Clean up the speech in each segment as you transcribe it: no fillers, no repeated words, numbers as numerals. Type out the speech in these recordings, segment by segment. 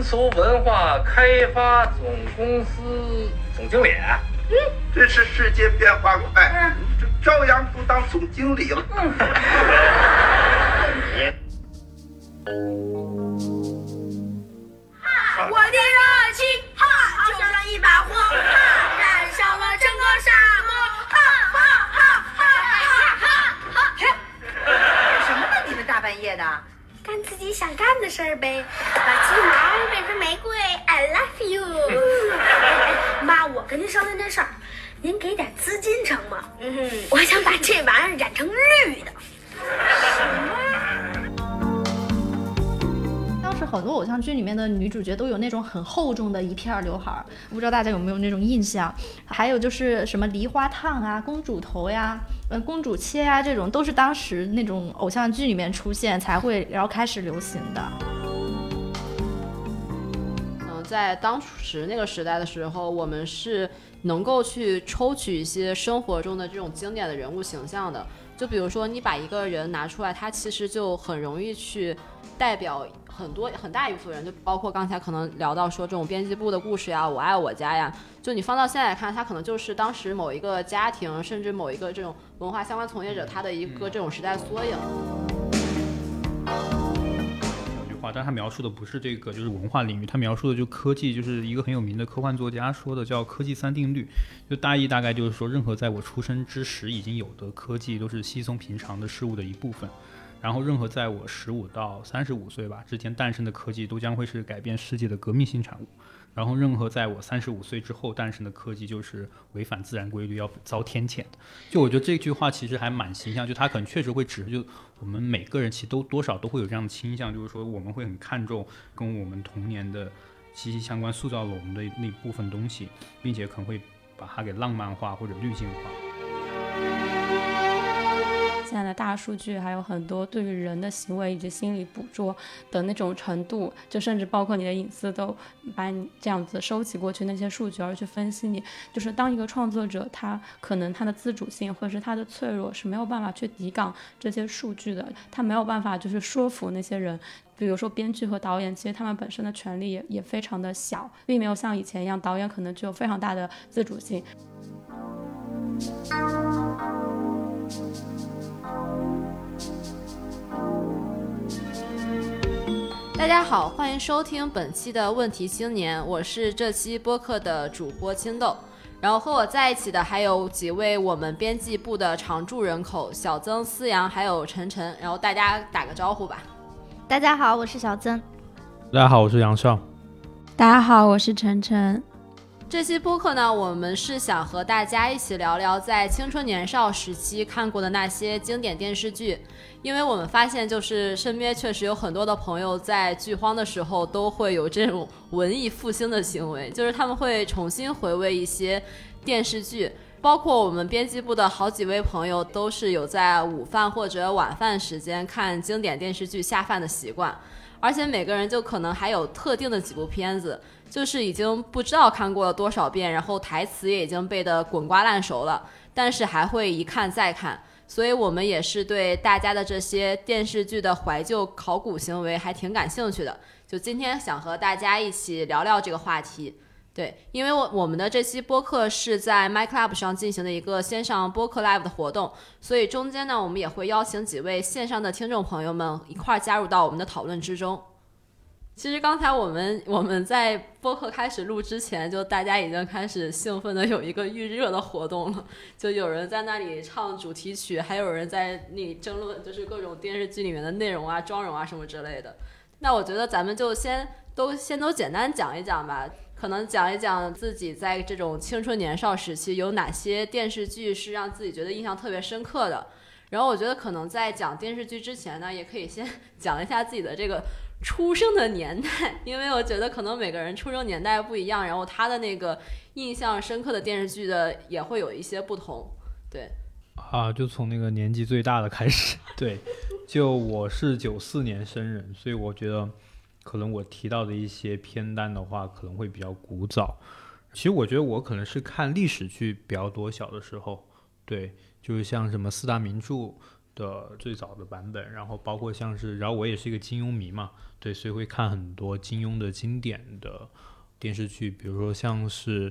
俗文化开发总公司总经理。 这是世界变化快，这照样不当总经理了。 我的热情哈，就像一把火哈，燃烧了整个沙漠哈哈哈哈哈哈！ 什么呢？你们大半夜的？ 干自己想干的事儿呗，把鸡毛变成玫瑰 ，I love you。妈，我跟您商量点事儿，您给点资金成吗？我想把这玩意儿染成绿的。 当时很多偶像剧里面的女主角都有那种很厚重的一片刘海，不知道大家有没有那种印象？还有就是什么梨花烫啊、公主头呀、公主切呀，这种都是当时那种偶像剧里面出现才会，然后开始流行的。 在当时那个时代的时候，我们是能够去抽取一些生活中的这种经典的人物形象的。就比如说你把一个人拿出来，他其实就很容易去代表很大一部分人，就包括刚才可能聊到说这种编辑部的故事呀，我爱我家呀，就你放到现在来看，他可能就是当时某一个家庭，甚至某一个这种文化相关从业者他的一个这种时代缩影。 但他描述的不是这个就是文化领域，他描述的就科技，就是一个很有名的科幻作家说的叫科技三定律，就大意大概就是说，任何在我出生之时已经有的科技都是稀松平常的事物的一部分，然后任何在我15到35岁吧之间诞生的科技都将会是改变世界的革命性产物，然后任何在我35岁之后诞生的科技就是违反自然规律要遭天谴的。就我觉得这句话其实还蛮形象，就他可能确实会指就我们每个人其实都多少都会有这样的倾向，就是说我们会很看重跟我们童年的息息相关，塑造了我们的那部分东西，并且可能会把它给浪漫化或者滤镜化。 现在的大数据还有很多对于人的行为以及心理捕捉的那种程度，就甚至包括你的隐私都把你这样子收集过去那些数据而去分析你，就是当一个创作者他可能他的自主性或者是他的脆弱是没有办法去抵挡这些数据的，他没有办法就是说服那些人，比如说编剧和导演，其实他们本身的权利也非常的小，并没有像以前一样导演可能具有非常大的自主性。 大家好，欢迎收听本期的问题青年，我是这期播客的主播青豆，然后和我在一起的还有几位我们编辑部的常驻人口小曾、思阳还有晨晨，然后大家打个招呼吧。 大家好，我是小曾。 大家好，我是杨少。 大家好，我是晨晨。 这期播客呢，我们是想和大家一起聊聊在青春年少时期看过的那些经典电视剧，因为我们发现就是身边确实有很多的朋友在剧荒的时候都会有这种文艺复兴的行为，就是他们会重新回味一些电视剧，包括我们编辑部的好几位朋友都是有在午饭或者晚饭时间看经典电视剧下饭的习惯，而且每个人就可能还有特定的几部片子，就是已经不知道看过了多少遍，然后台词也已经背得滚瓜烂熟了，但是还会一看再看，所以我们也是对大家的这些电视剧的怀旧考古行为还挺感兴趣的，就今天想和大家一起聊聊这个话题。对，因为我们的这期播客是在 MyClub 上进行的一个线上播客 Live 的活动，所以中间呢，我们也会邀请几位线上的听众朋友们一块加入到我们的讨论之中。其实刚才我们在播客开始录之前，就大家已经开始兴奋的有一个预热的活动了，就有人在那里唱主题曲，还有人在那里争论就是各种电视剧里面的内容啊、妆容啊什么之类的。那我觉得咱们就先都简单讲一讲吧，可能讲一讲自己在这种青春年少时期有哪些电视剧是让自己觉得印象特别深刻的。然后我觉得可能在讲电视剧之前呢，也可以先讲一下自己的这个出生的年代，因为我觉得可能每个人出生年代不一样，然后他的那个印象深刻的电视剧的也会有一些不同。对啊，就从那个年纪最大的开始。对，就我是94年生人，所以我觉得可能我提到的一些片单的话可能会比较古早。其实我觉得我可能是看历史剧比较多，小的时候。对，就是像什么四大名著的最早的版本，然后包括像是，然后我也是一个金庸迷嘛，对，所以会看很多金庸的经典的电视剧，比如说像是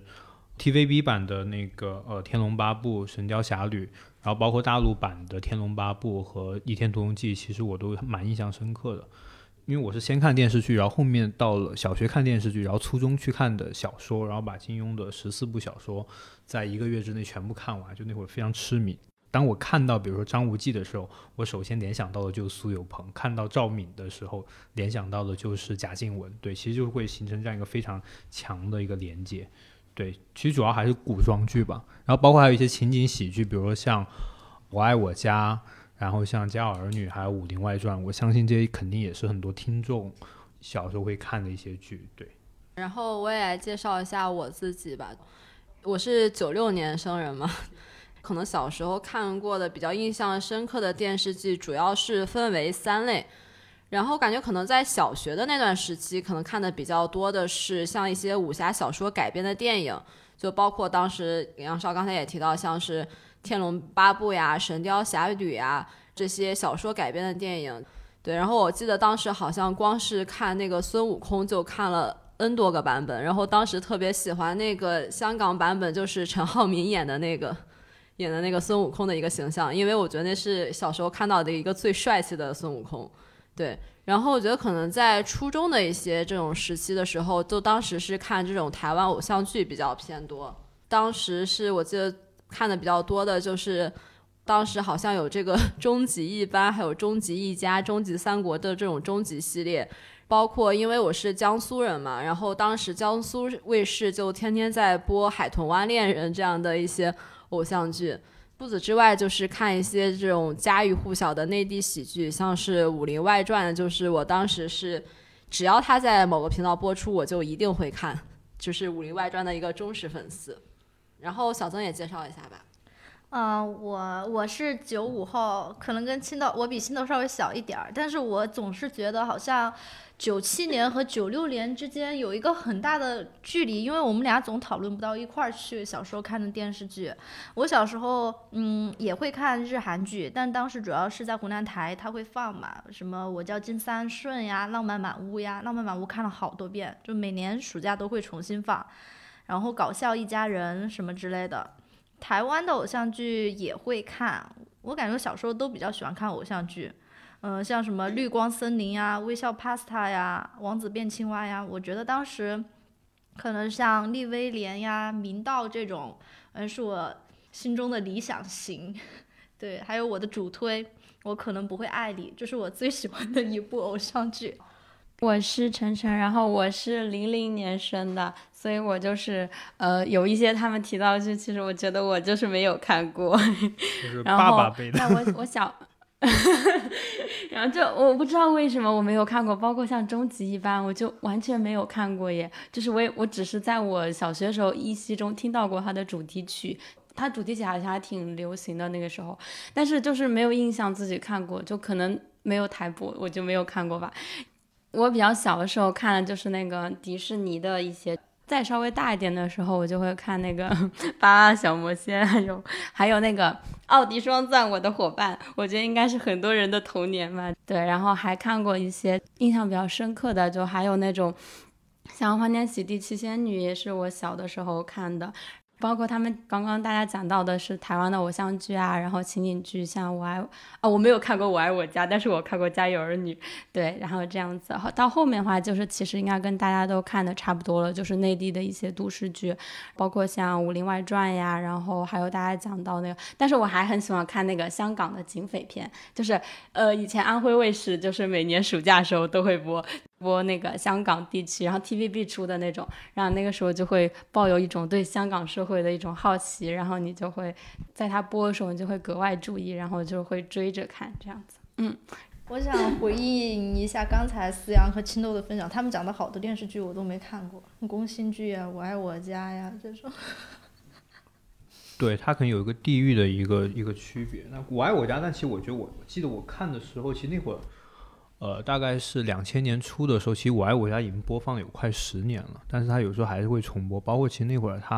TVB 版的那个天龙八部、神雕侠侣，然后包括大陆版的天龙八部和倚天屠龙记，其实我都蛮印象深刻的。因为我是先看电视剧，然后后面到了小学看电视剧，然后初中去看的小说，然后把金庸的14部小说在1个月之内全部看完，就那会儿非常痴迷。当我看到比如说张无忌的时候，我首先联想到的就是苏有朋，看到赵敏的时候联想到的就是贾静雯，对，其实就会形成这样一个非常强的一个连接。对，其实主要还是古装剧吧，然后包括还有一些情景喜剧，比如说像我爱我家，然后像家有儿女，还有武林外传，我相信这些肯定也是很多听众小时候会看的一些剧。对， 然后我也来介绍一下我自己吧，我是96年生人嘛，可能小时候看过的比较印象深刻的电视剧主要是分为3类，然后感觉可能在小学的那段时期可能看的比较多的是像一些武侠小说改编的电影，就包括当时杨少刚才也提到像是天龙八部呀、神雕侠侣呀这些小说改编的电影。对，然后我记得当时好像光是看那个孙悟空就看了 N 多个版本，然后当时特别喜欢那个香港版本，就是陈浩民演的那个孙悟空的一个形象，因为我觉得那是小时候看到的一个最帅气的孙悟空。对，然后我觉得可能在初中的一些这种时期的时候，就当时是看这种台湾偶像剧比较偏多，当时是我记得看的比较多的就是当时好像有这个终极一班，还有终极一家、终极三国的这种终极系列，包括因为我是江苏人嘛，然后当时江苏卫视就天天在播海豚湾恋人这样的一些偶像剧。除此之外就是看一些这种家喻户晓的内地喜剧，像是武林外传，就是我当时是只要他在某个频道播出我就一定会看，就是武林外传的一个忠实粉丝。然后小曾也介绍一下吧。 我是95后，可能跟青豆我比青豆稍微小一点儿，但是我总是觉得好像97年和96年之间有一个很大的距离，因为我们俩总讨论不到一块儿去。小时候看的电视剧，我小时候也会看日韩剧，但当时主要是在湖南台它会放嘛，什么我叫金三顺呀、浪漫满屋呀，浪漫满屋看了好多遍，就每年暑假都会重新放，然后搞笑一家人什么之类的。台湾的偶像剧也会看，我感觉小时候都比较喜欢看偶像剧，像什么绿光森林呀、微笑 Pasta 呀、王子变青蛙呀，我觉得当时可能像利威廉呀、明道这种，是我心中的理想型。对，还有我的主推，我可能不会爱你，这是我最喜欢的一部偶像剧。 我是晨晨，然后我是00年生的，所以我就是有一些他们提到的剧，其实我觉得我就是没有看过。 就是爸爸辈的。 然后我小然后就我不知道为什么我没有看过，包括像终极一班我就完全没有看过耶，就是我只是在我小学的时候依稀中听到过它的主题曲，它主题曲好像还挺流行的那个时候，但是就是没有印象自己看过，就可能没有台播我就没有看过吧。我比较小的时候看的就是那个迪士尼的一些，再稍微大一点的时候我就会看那个巴拉小魔仙，还有那个奥迪双钻我的伙伴，我觉得应该是很多人的童年吧。对，然后还看过一些印象比较深刻的，就还有那种像欢天喜地七仙女也是我小的时候看的，包括他们刚刚大家讲到的是台湾的偶像剧啊，然后情景剧，像我没有看过我爱我家，但是我看过家有儿女。对，然后这样子到后面的话就是其实应该跟大家都看的差不多了，就是内地的一些都市剧，包括像武林外传呀，然后还有大家讲到那个，但是我还很喜欢看那个香港的警匪片，就是以前安徽卫视就是每年暑假的时候都会播那个香港地区，然后 TVB 出的那种，然后那个时候就会抱有一种对香港社会的一种好奇，然后你就会在它播的时候你就会格外注意，然后就会追着看这样子。 我想回应一下刚才思阳和青豆的分享，他们讲的好的电视剧我都没看过，宫心剧啊、我爱我家呀这种。 对，它可能有一个地域的一个区别。那我爱我家，但其实我觉得我记得我看的时候，其实那会儿大概是2000年初的时候，其实我爱我家已经播放有快10年了，但是它有时候还是会重播，包括其实那会儿它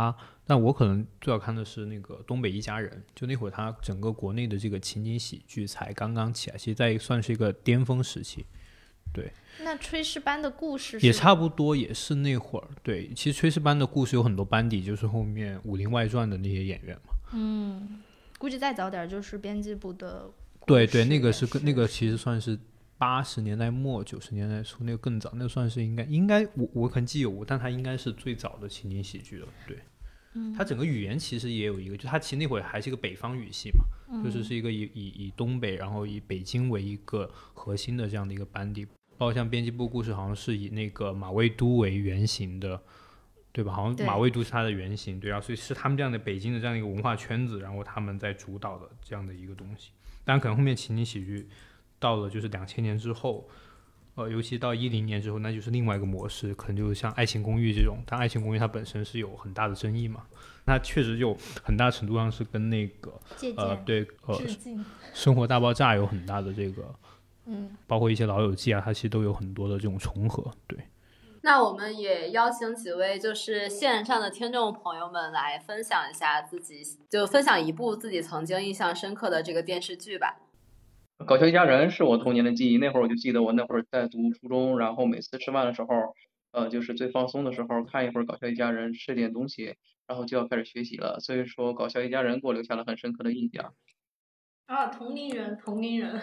但我可能最好看的是那个《东北一家人》，就那会儿他整个国内的这个情景喜剧才刚刚起来，其实在算是一个巅峰时期。对， 那炊事班的故事是也差不多，也是那会儿。对，其实炊事班的故事有很多班底，就是后面《武林外传》的那些演员嘛。 估计再早点就是编辑部的。 对对，那个其实算是80年代末90年代初，那个更早，那个算是应该我可能记有误，但它应该是最早的情景喜剧了。对。它整个语言其实也有一个，就它其实那会儿还是一个北方语系嘛，就是一个以东北，然后以北京为一个核心的这样的一个班底，包括像编辑部故事好像是以那个马未都为原型的，对吧？好像马未都是它的原型，对啊，所以是他们这样的北京的这样一个文化圈子，然后他们在主导的这样的一个东西。当然可能后面情景喜剧到了就是2000年之后。尤其到10年之后，那就是另外一个模式，可能就是像《爱情公寓》这种。但《爱情公寓》它本身是有很大的争议嘛，那确实有很大程度上是跟那个对生活大爆炸有很大的这个包括一些老友记啊，它其实都有很多的这种重合。对， 那我们也邀请几位就是线上的听众朋友们来分享一下自己，就分享一部自己曾经印象深刻的这个电视剧吧。 搞笑一家人是我童年的记忆，那会儿我就记得我那会儿在读初中，然后每次吃饭的时候，就是最放松的时候，看一会儿搞笑一家人，吃点东西，然后就要开始学习了，所以说搞笑一家人给我留下了很深刻的印象。 同龄人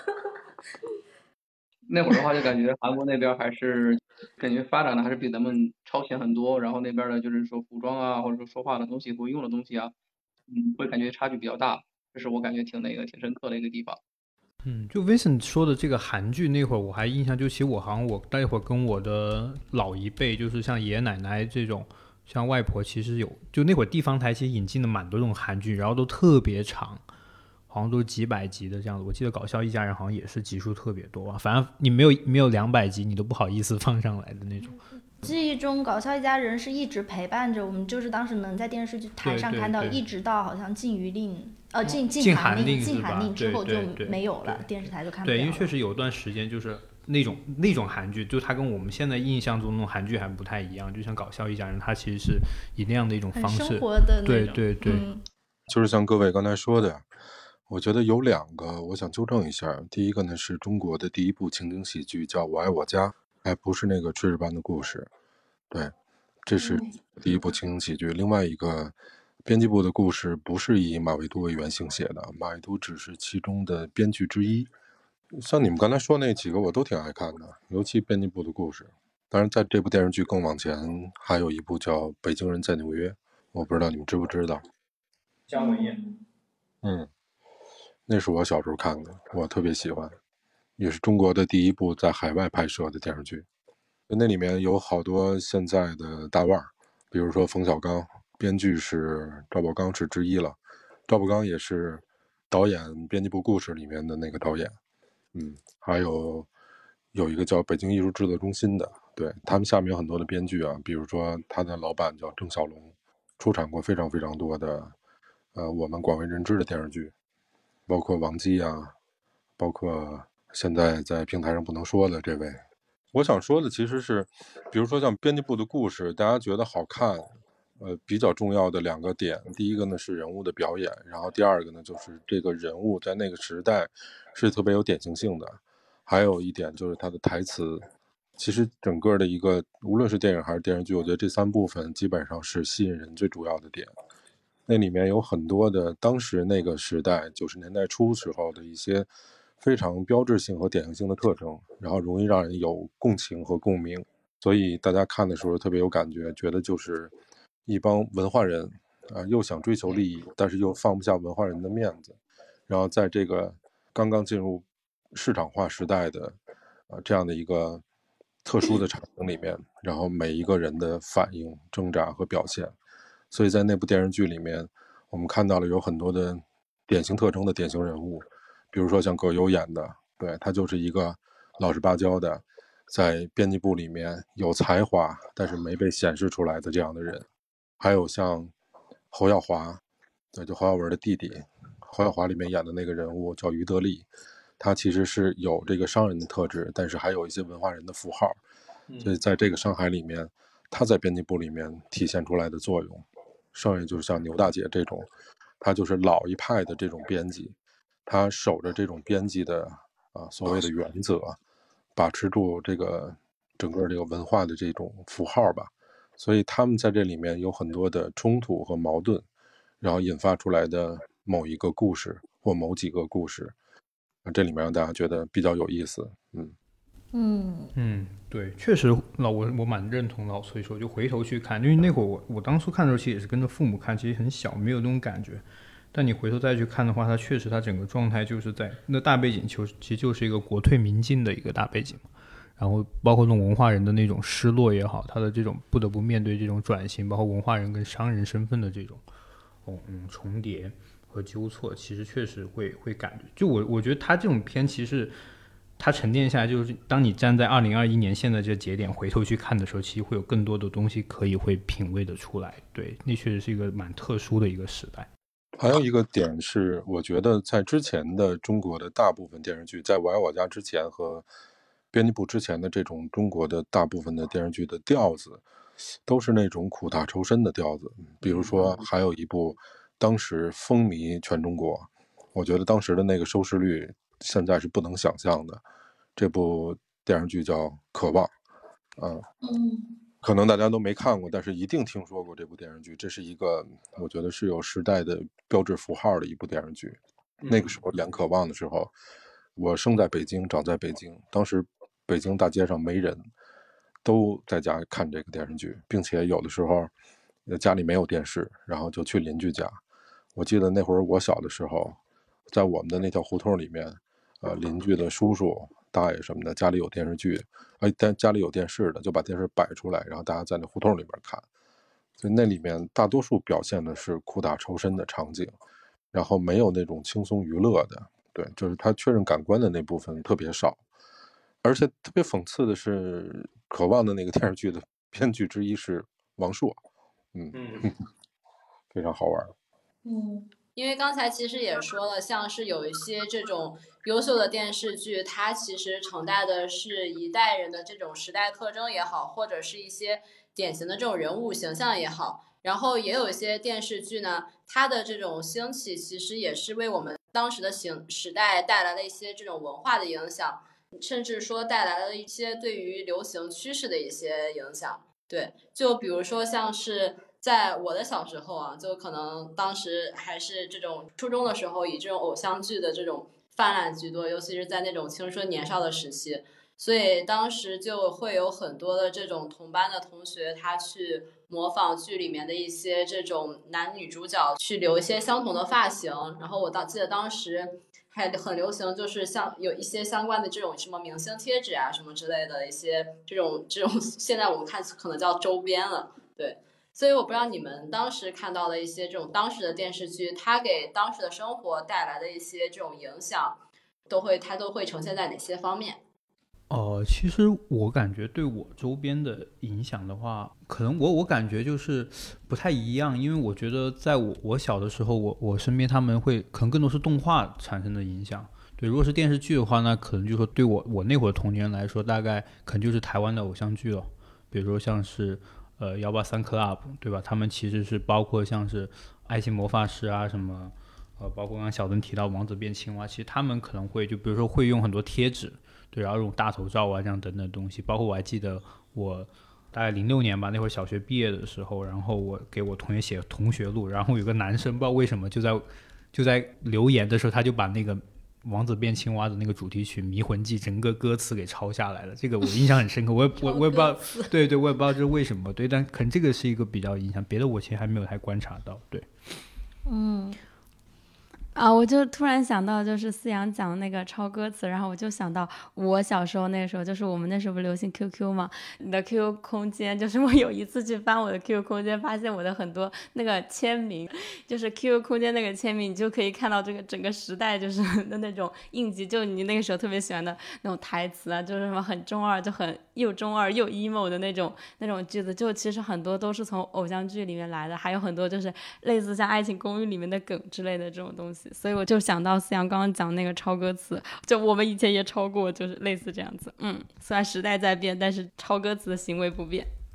那会儿的话就感觉韩国那边还是感觉发展的还是比咱们超前很多，然后那边的就是说服装啊，或者说说话的东西、会用的东西啊，会感觉差距比较大，这是我感觉挺深刻的一个地方。 就 Vincent 说的这个韩剧那会儿，我还印象就其实我待会儿跟我的老一辈，就是像爷爷奶奶这种，像外婆，其实就那会儿地方台其实引进了蛮多这种韩剧，然后都特别长，好像都是几百集的这样子。我记得《搞笑一家人》好像也是集数特别多，反正你没有200集，你都不好意思放上来的那种。 记忆中《搞笑一家人》是一直陪伴着我们，就是当时能在电视剧台上看到，一直到好像禁娱令。禁韩令之后就没有了，电视台就看不了了。 对，因为确实有段时间就是那种韩剧，就它跟我们现在印象中那种韩剧还不太一样。就像《搞笑一家人》，它其实是以那样的一种方式， 生活的那种。 对， 就是像各位刚才说的，我觉得有2个我想纠正一下。第一个呢是中国的第一部情景喜剧叫《我爱我家》，还不是那个炊事班的故事。对，这是第一部情景喜剧。另外一个。编辑部的故事不是以马未都为原型写的，马未都只是其中的编剧之一。像你们刚才说那几个我都挺爱看的，尤其编辑部的故事。当然在这部电视剧更往前还有一部叫《北京人在纽约》，我不知道你们知不知道。 姜文演。 那是我小时候看的，我特别喜欢，也是中国的第一部在海外拍摄的电视剧。那里面有好多现在的大腕，比如说冯小刚，编剧是赵宝刚是之一了，赵宝刚也是导演编辑部故事里面的那个导演。还有一个叫北京艺术制作中心的，对，他们下面有很多的编剧啊，比如说他的老板叫郑晓龙，出产过非常非常多的我们广为人知的电视剧，包括王姬啊，包括现在在平台上不能说的这位。我想说的其实是比如说像编辑部的故事，大家觉得好看，比较重要的2个点，第一个呢是人物的表演，然后第二个呢就是这个人物在那个时代是特别有典型性的，还有一点就是他的台词。其实整个的一个无论是电影还是电视剧，我觉得这3部分基本上是吸引人最主要的点。那里面有很多的当时那个时代90年代初时候的一些非常标志性和典型性的特征，然后容易让人有共情和共鸣，所以大家看的时候特别有感觉，觉得就是一帮文化人又想追求利益，但是又放不下文化人的面子，然后在这个刚刚进入市场化时代的这样的一个特殊的场景里面，然后每一个人的反应、挣扎和表现。所以在那部电视剧里面，我们看到了有很多的典型特征的典型人物，比如说像葛优演的，对，他就是一个老实巴交的，在编辑部里面有才华但是没被显示出来的这样的人。还有像侯耀华，对，就侯耀文的弟弟，侯耀华里面演的那个人物叫于德利，他其实是有这个商人的特质，但是还有一些文化人的符号，所以在这个上海里面，他在编辑部里面体现出来的作用。 剩下就是像牛大姐这种，她就是老一派的这种编辑，她守着这种编辑的所谓的原则，把持住这个整个这个文化的这种符号吧。所以他们在这里面有很多的冲突和矛盾，然后引发出来的某一个故事或某几个故事，这里面让大家觉得比较有意思。 对，确实我蛮认同老崔说，就回头去看，因为那会儿我当初看的时候其实也是跟着父母看，其实很小，没有那种感觉。但你回头再去看的话，它确实它整个状态就是在那大背景其实就是一个国退民进的一个大背景嘛。然后包括那种文化人的那种失落也好，他的这种不得不面对这种转型，包括文化人跟商人身份的这种重叠和纠错，其实确实会感觉，就我觉得他这种片其实它沉淀下来，就是当你站在2021年现在这节点回头去看的时候，其实会有更多的东西可以会品味的出来。对，那确实是一个蛮特殊的一个时代。 还有一个点是，我觉得在之前的中国的大部分电视剧，在我爱我家之前和编辑部之前的这种中国的大部分的电视剧的调子都是那种苦大仇深的调子。比如说还有一部当时风靡全中国，我觉得当时的那个收视率现在是不能想象的，这部电视剧叫《渴望》。可能大家都没看过，但是一定听说过这部电视剧。这是一个我觉得是有时代的标志符号的一部电视剧。那个时候演《渴望》的时候，我生在北京，长在北京，当时北京大街上没人，都在家看这个电视剧，并且有的时候家里没有电视，然后就去邻居家。我记得那会儿我小的时候，在我们的那条胡同里面，邻居的叔叔大爷什么的家里有电视剧，家里有电视的就把电视摆出来，然后大家在那胡同里边看。所以那里面大多数表现的是苦大仇深的场景，然后没有那种轻松娱乐的。对，就是他确认感官的那部分特别少。而且特别讽刺的是，渴望的那个电视剧的编剧之一是王朔。非常好玩。 因为刚才其实也说了，像是有一些这种优秀的电视剧，它其实承载的是一代人的这种时代特征也好，或者是一些典型的这种人物形象也好。然后也有一些电视剧呢，它的这种兴起其实也是为我们当时的时代带来了一些这种文化的影响，甚至说带来了一些对于流行趋势的一些影响。对，就比如说像是在我的小时候啊，就可能当时还是这种初中的时候，以这种偶像剧的这种泛滥居多，尤其是在那种青春年少的时期，所以当时就会有很多的这种同班的同学，他去模仿剧里面的一些这种男女主角，去留一些相同的发型。然后我记得当时还很流行，就是像有一些相关的这种什么明星贴纸啊什么之类的一些这种现在我们看可能叫周边了。对，所以我不知道你们当时看到的一些这种当时的电视剧，它给当时的生活带来的一些这种影响，它都会呈现在哪些方面？ 其实我感觉对我周边的影响的话，可能我感觉就是不太一样，因为我觉得在我小的时候，我身边他们会可能更多是动画产生的影响。对，如果是电视剧的话，那可能就是说对我那会儿童年来说，大概可能就是台湾的偶像剧了，比如说像是183 Club， 对吧？他们其实是包括像是爱情魔法师啊什么，包括刚刚小邓提到王子变青蛙，其实他们可能会就比如说会用很多贴纸。对，然后这种大头照啊，这样等等的东西，包括我还记得我大概06年吧，那会儿小学毕业的时候，然后我给我同学写同学录，然后有个男生不知道为什么就在留言的时候，他就把那个王子变青蛙的那个主题曲《迷魂记》整个歌词给抄下来了，这个我印象很深刻，我也不知道，对，我也不知道这是为什么，对，但可能这个是一个比较影响，别的我其实还没有太观察到，对， 我就突然想到，就是思阳讲那个抄歌词，然后我就想到我小时候那个时候，就是我们那时候不流行 QQ 嘛，你的 QQ 空间，就是我有一次去翻我的 QQ 空间，发现我的很多那个签名，就是 QQ 空间那个签名，你就可以看到这个整个时代就是的那种印记，就你那个时候特别喜欢的那种台词啊，就是什么很中二，就很又中二又 emo 的那种句子，就其实很多都是从偶像剧里面来的，还有很多就是类似像爱情公寓里面的梗之类的这种东西。所以我就想到思阳刚刚讲那个抄歌词，就我们以前也抄过，就是类似这样子。虽然时代在变，但是抄歌词的行为不变。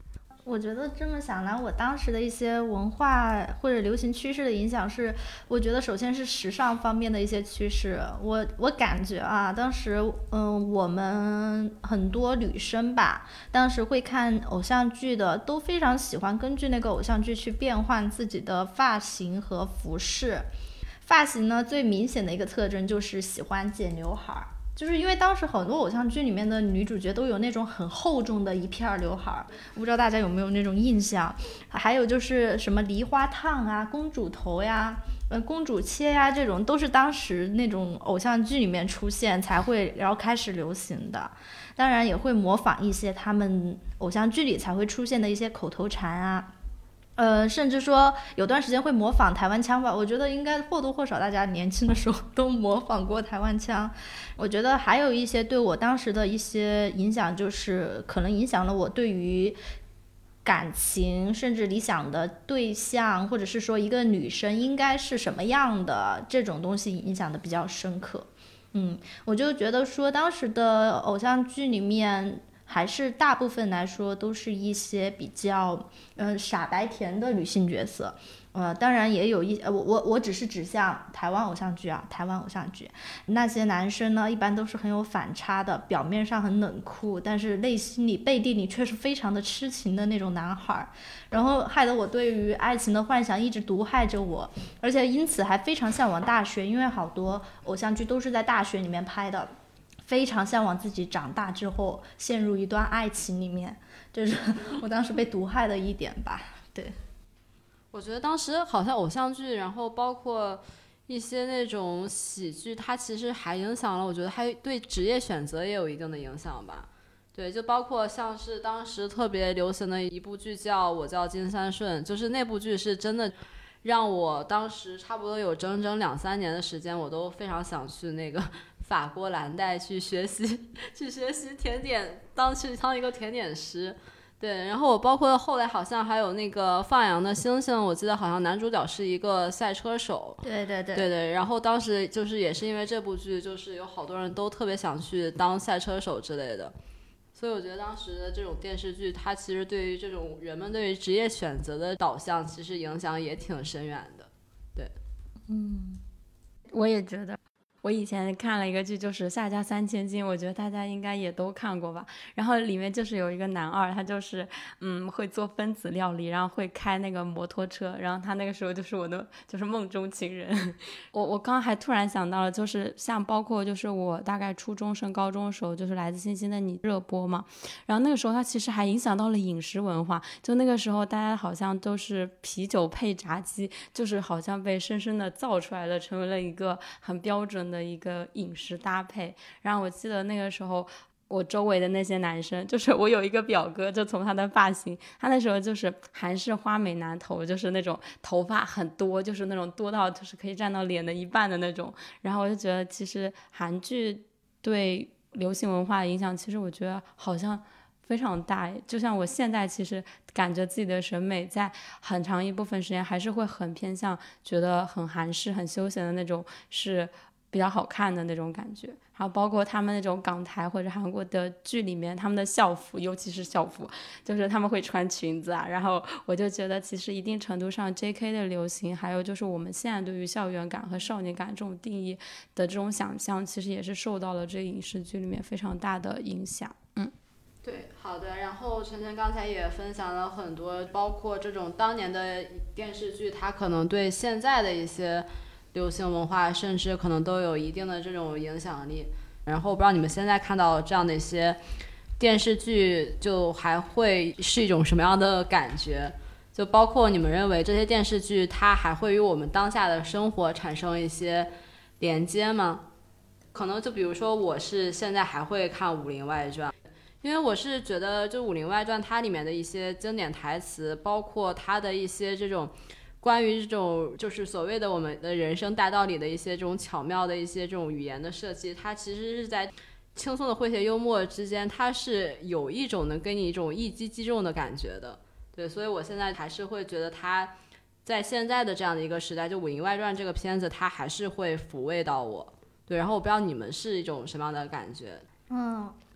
我觉得这么想来，我当时的一些文化或者流行趋势的影响是，我觉得首先是时尚方面的一些趋势。我感觉啊，当时我们很多女生吧，当时会看偶像剧的，都非常喜欢根据那个偶像剧去变换自己的发型和服饰。发型呢，最明显的一个特征就是喜欢剪刘海儿。就是因为当时很多偶像剧里面的女主角都有那种很厚重的一片刘海儿，我不知道大家有没有那种印象。还有就是什么梨花烫啊、公主头呀、公主切呀，这种都是当时那种偶像剧里面出现才会，然后开始流行的。当然也会模仿一些他们偶像剧里才会出现的一些口头禅啊。甚至说有段时间会模仿台湾腔吧，我觉得应该或多或少大家年轻的时候都模仿过台湾腔。我觉得还有一些对我当时的一些影响，就是可能影响了我对于感情甚至理想的对象，或者是说一个女生应该是什么样的这种东西影响的比较深刻。我就觉得说当时的偶像剧里面还是大部分来说都是一些比较傻白甜的女性角色。当然也有我只是指向台湾偶像剧啊，台湾偶像剧那些男生呢，一般都是很有反差的，表面上很冷酷，但是内心里背地里却是非常的痴情的那种男孩，然后害得我对于爱情的幻想一直毒害着我，而且因此还非常向往大学，因为好多偶像剧都是在大学里面拍的，非常向往自己长大之后陷入一段爱情里面，这是我当时被毒害的一点吧。对， 我觉得当时好像偶像剧，然后包括一些那种喜剧，它其实还影响了，我觉得还对职业选择也有一定的影响吧。对，就包括像是当时特别流行的一部剧叫《我叫金三顺》，就是那部剧是真的让我当时差不多有整整2-3年的时间，我都非常想去那个法国蓝带去学习甜点，当一个甜点师。对，然后我包括后来好像还有那个放羊的星星，我记得好像男主角是一个赛车手。对，然后当时就是也是因为这部剧，就是有好多人都特别想去当赛车手之类的。所以我觉得当时的这种电视剧，它其实对于这种人们对于职业选择的导向，其实影响也挺深远的。对， 我也觉得。我以前看了一个剧，就是《夏家三千金》，我觉得大家应该也都看过吧。然后里面就是有一个男二，他就是会做分子料理，然后会开那个摩托车，然后他那个时候就是我的就是梦中情人。我刚刚还突然想到了，就是像包括就是我大概初中升高中的时候，就是《来自星星的你》热播嘛，然后那个时候它其实还影响到了饮食文化，就那个时候大家好像都是啤酒配炸鸡，就是好像被深深的造出来了，成为了一个很标准的一个饮食搭配。然后我记得那个时候我周围的那些男生，就是我有一个表哥，就从他的发型，他那时候就是韩式花美男头，就是那种头发很多，就是那种多到就是可以占到脸的一半的那种。然后我就觉得其实韩剧对流行文化的影响，其实我觉得好像非常大。就像我现在其实感觉自己的审美在很长一部分时间还是会很偏向觉得很韩式很休闲的那种是比较好看的那种感觉。然后包括他们那种港台或者韩国的剧里面，他们的校服，尤其是校服，就是他们会穿裙子啊。然后我就觉得其实一定程度上 JK 的流行，还有就是我们现在对于校园感和少年感这种定义的这种想象，其实也是受到了这影视剧里面非常大的影响。 对，好的。然后晨晨刚才也分享了很多，包括这种当年的电视剧，它可能对现在的一些流行文化甚至可能都有一定的这种影响力。然后我不知道你们现在看到这样的一些电视剧，就还会是一种什么样的感觉？就包括你们认为这些电视剧它还会与我们当下的生活产生一些连接吗？可能就比如说我是现在还会看《武林外传》，因为我是觉得就《武林外传》它里面的一些经典台词，包括它的一些这种关于这种就是所谓的我们的人生大道理的一些这种巧妙的一些这种语言的设计，它其实是在轻松的诙谐幽默之间，它是有一种能给你一种一击即中的感觉的。对，所以我现在还是会觉得它在现在的这样的一个时代，就《武林外传》这个片子它还是会抚慰到我。对，然后我不知道你们是一种什么样的感觉。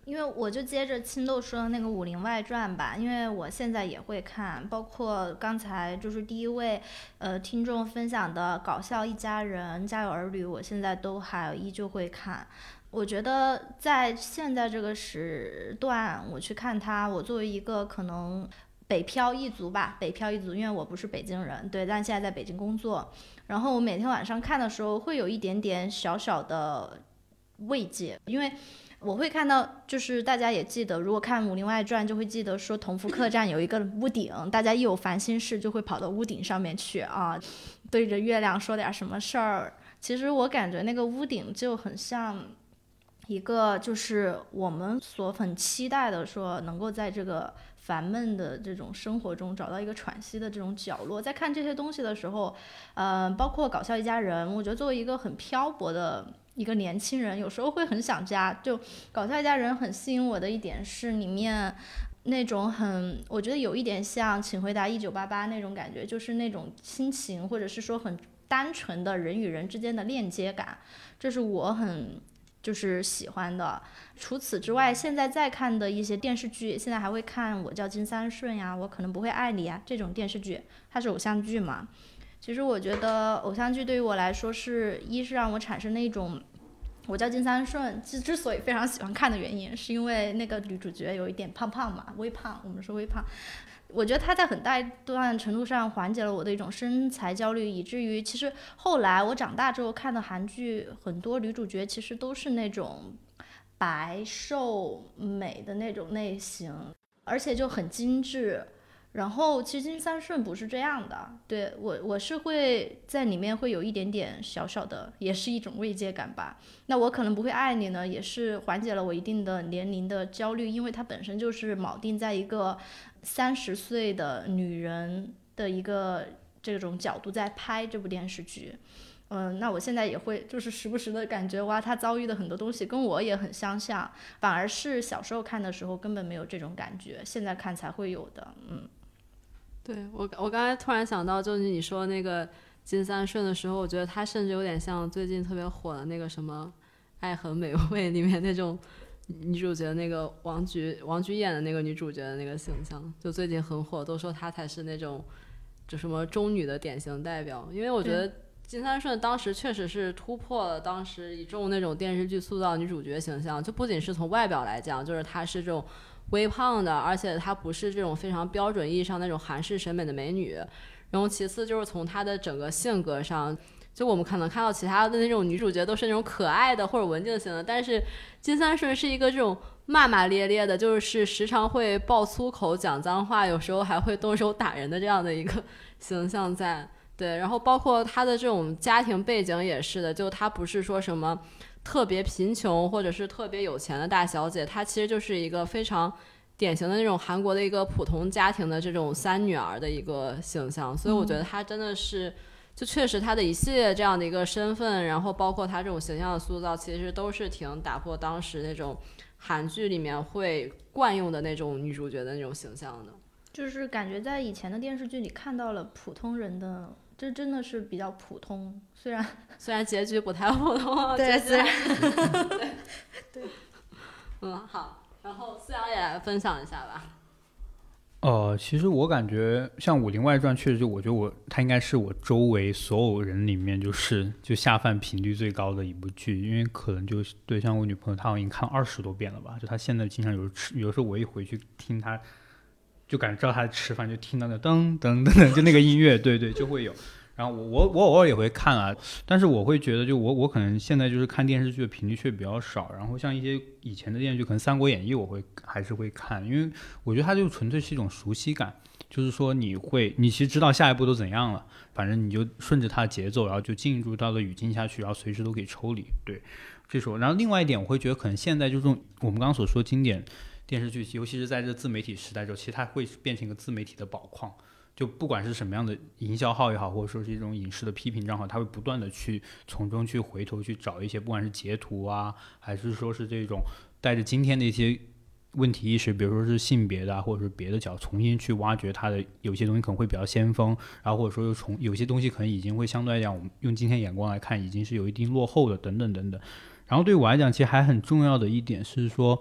因为我就接着青豆说的那个《武林外传》吧，因为我现在也会看，包括刚才就是第一位听众分享的《搞笑一家人》《家有儿女》，我现在都还依旧会看。我觉得在现在这个时段我去看它，我作为一个可能北漂一族吧，北漂一族，因为我不是北京人，对，但现在在北京工作，然后我每天晚上看的时候会有一点点小小的慰藉，因为我会看到，就是大家也记得，如果看《武林外传》，就会记得说同福客栈有一个屋顶，大家一有烦心事就会跑到屋顶上面去啊，对着月亮说点什么事儿。其实我感觉那个屋顶就很像一个，就是我们所很期待的，说能够在这个烦闷的这种生活中找到一个喘息的这种角落。在看这些东西的时候，包括《搞笑一家人》，我觉得作为一个很漂泊的一个年轻人，有时候会很想家。就《搞笑一家人》很吸引我的一点是里面那种我觉得有一点像《请回答1988》那种感觉，就是那种亲情，或者是说很单纯的人与人之间的链接感，这是我就是喜欢的。除此之外，现在在看的一些电视剧，现在还会看《我叫金三顺》呀，《我可能不会爱你》呀，这种电视剧，它是偶像剧嘛。其实我觉得偶像剧对于我来说是让我产生那种我叫金三顺之所以非常喜欢看的原因，是因为那个女主角有一点胖胖嘛，微胖，我们说微胖。我觉得她在很大一段程度上缓解了我的一种身材焦虑，以至于其实后来我长大之后看的韩剧，很多女主角其实都是那种白瘦美的那种类型，而且就很精致。然后其实金三顺不是这样的，对，我是会在里面会有一点点小小的，也是一种慰藉感吧。那我可能不会爱你呢，也是缓解了我一定的年龄的焦虑，因为它本身就是铆定在一个30岁的女人的一个这种角度在拍这部电视剧。那我现在也会就是时不时的感觉，哇，他遭遇的很多东西跟我也很相像，反而是小时候看的时候根本没有这种感觉，现在看才会有的。 对，我刚才突然想到，就是你说那个金三顺的时候，我觉得他甚至有点像最近特别火的那个什么《爱很美味》里面那种女主角，那个王菊演的那个女主角的那个形象，就最近很火，都说她才是那种就什么中女的典型代表。因为我觉得金三顺当时确实是突破了当时一众那种电视剧塑造女主角形象，就不仅是从外表来讲，就是她是这种微胖的，而且她不是这种非常标准意义上那种韩式审美的美女。然后其次就是从她的整个性格上，就我们可能看到其他的那种女主角都是那种可爱的或者文静型的，但是金三顺是一个这种骂骂咧咧的，就是时常会爆粗口讲脏话，有时候还会动手打人的这样的一个形象在。对，然后包括她的这种家庭背景也是的，就她不是说什么特别贫穷或者是特别有钱的大小姐，她其实就是一个非常典型的那种韩国的一个普通家庭的这种三女儿的一个形象。所以我觉得她真的是就确实她的一系列这样的一个身份，然后包括她这种形象的塑造，其实都是挺打破当时那种韩剧里面会惯用的那种女主角的那种形象的。 就是感觉在以前的电视剧里看到了普通人的，这真的是比较普通，虽然结局不太普通， 对，虽然对，好，然后思阳也来分享一下吧。 其实我感觉像《武林外传》确实我觉得它应该是我周围所有人里面就下饭频率最高的一部剧，因为可能就是对像我女朋友她好像已经看了20多遍了吧，就她现在经常有时候我一回去听她就感觉知道她在吃饭，就听到那噔噔噔噔就那个音乐，对对就会有。然后我偶尔也会看啊，但是我会觉得就我可能现在就是看电视剧的频率却比较少，然后像一些以前的电视剧可能《三国演义》我还是会看，因为我觉得它就纯粹是一种熟悉感，就是说你其实知道下一步都怎样了，反正你就顺着它的节奏，然后就进入到了语境下去，然后随时都可以抽离。对，这是我。然后另外一点我会觉得可能现在就是我们刚刚所说经典电视剧，尤其是在这自媒体时代之后，其实它会变成一个自媒体的宝矿，就不管是什么样的营销号也好，或者说是一种影视的批评账号，他会不断的去从中去回头去找一些不管是截图啊，还是说是这种带着今天的一些问题意识，比如说是性别的或者是别的角，重新去挖掘它的有些东西可能会比较先锋，然后或者说有些东西可能已经会相对来讲，我们用今天眼光来看已经是有一定落后的等等等等。然后对我来讲其实还很重要的一点是说，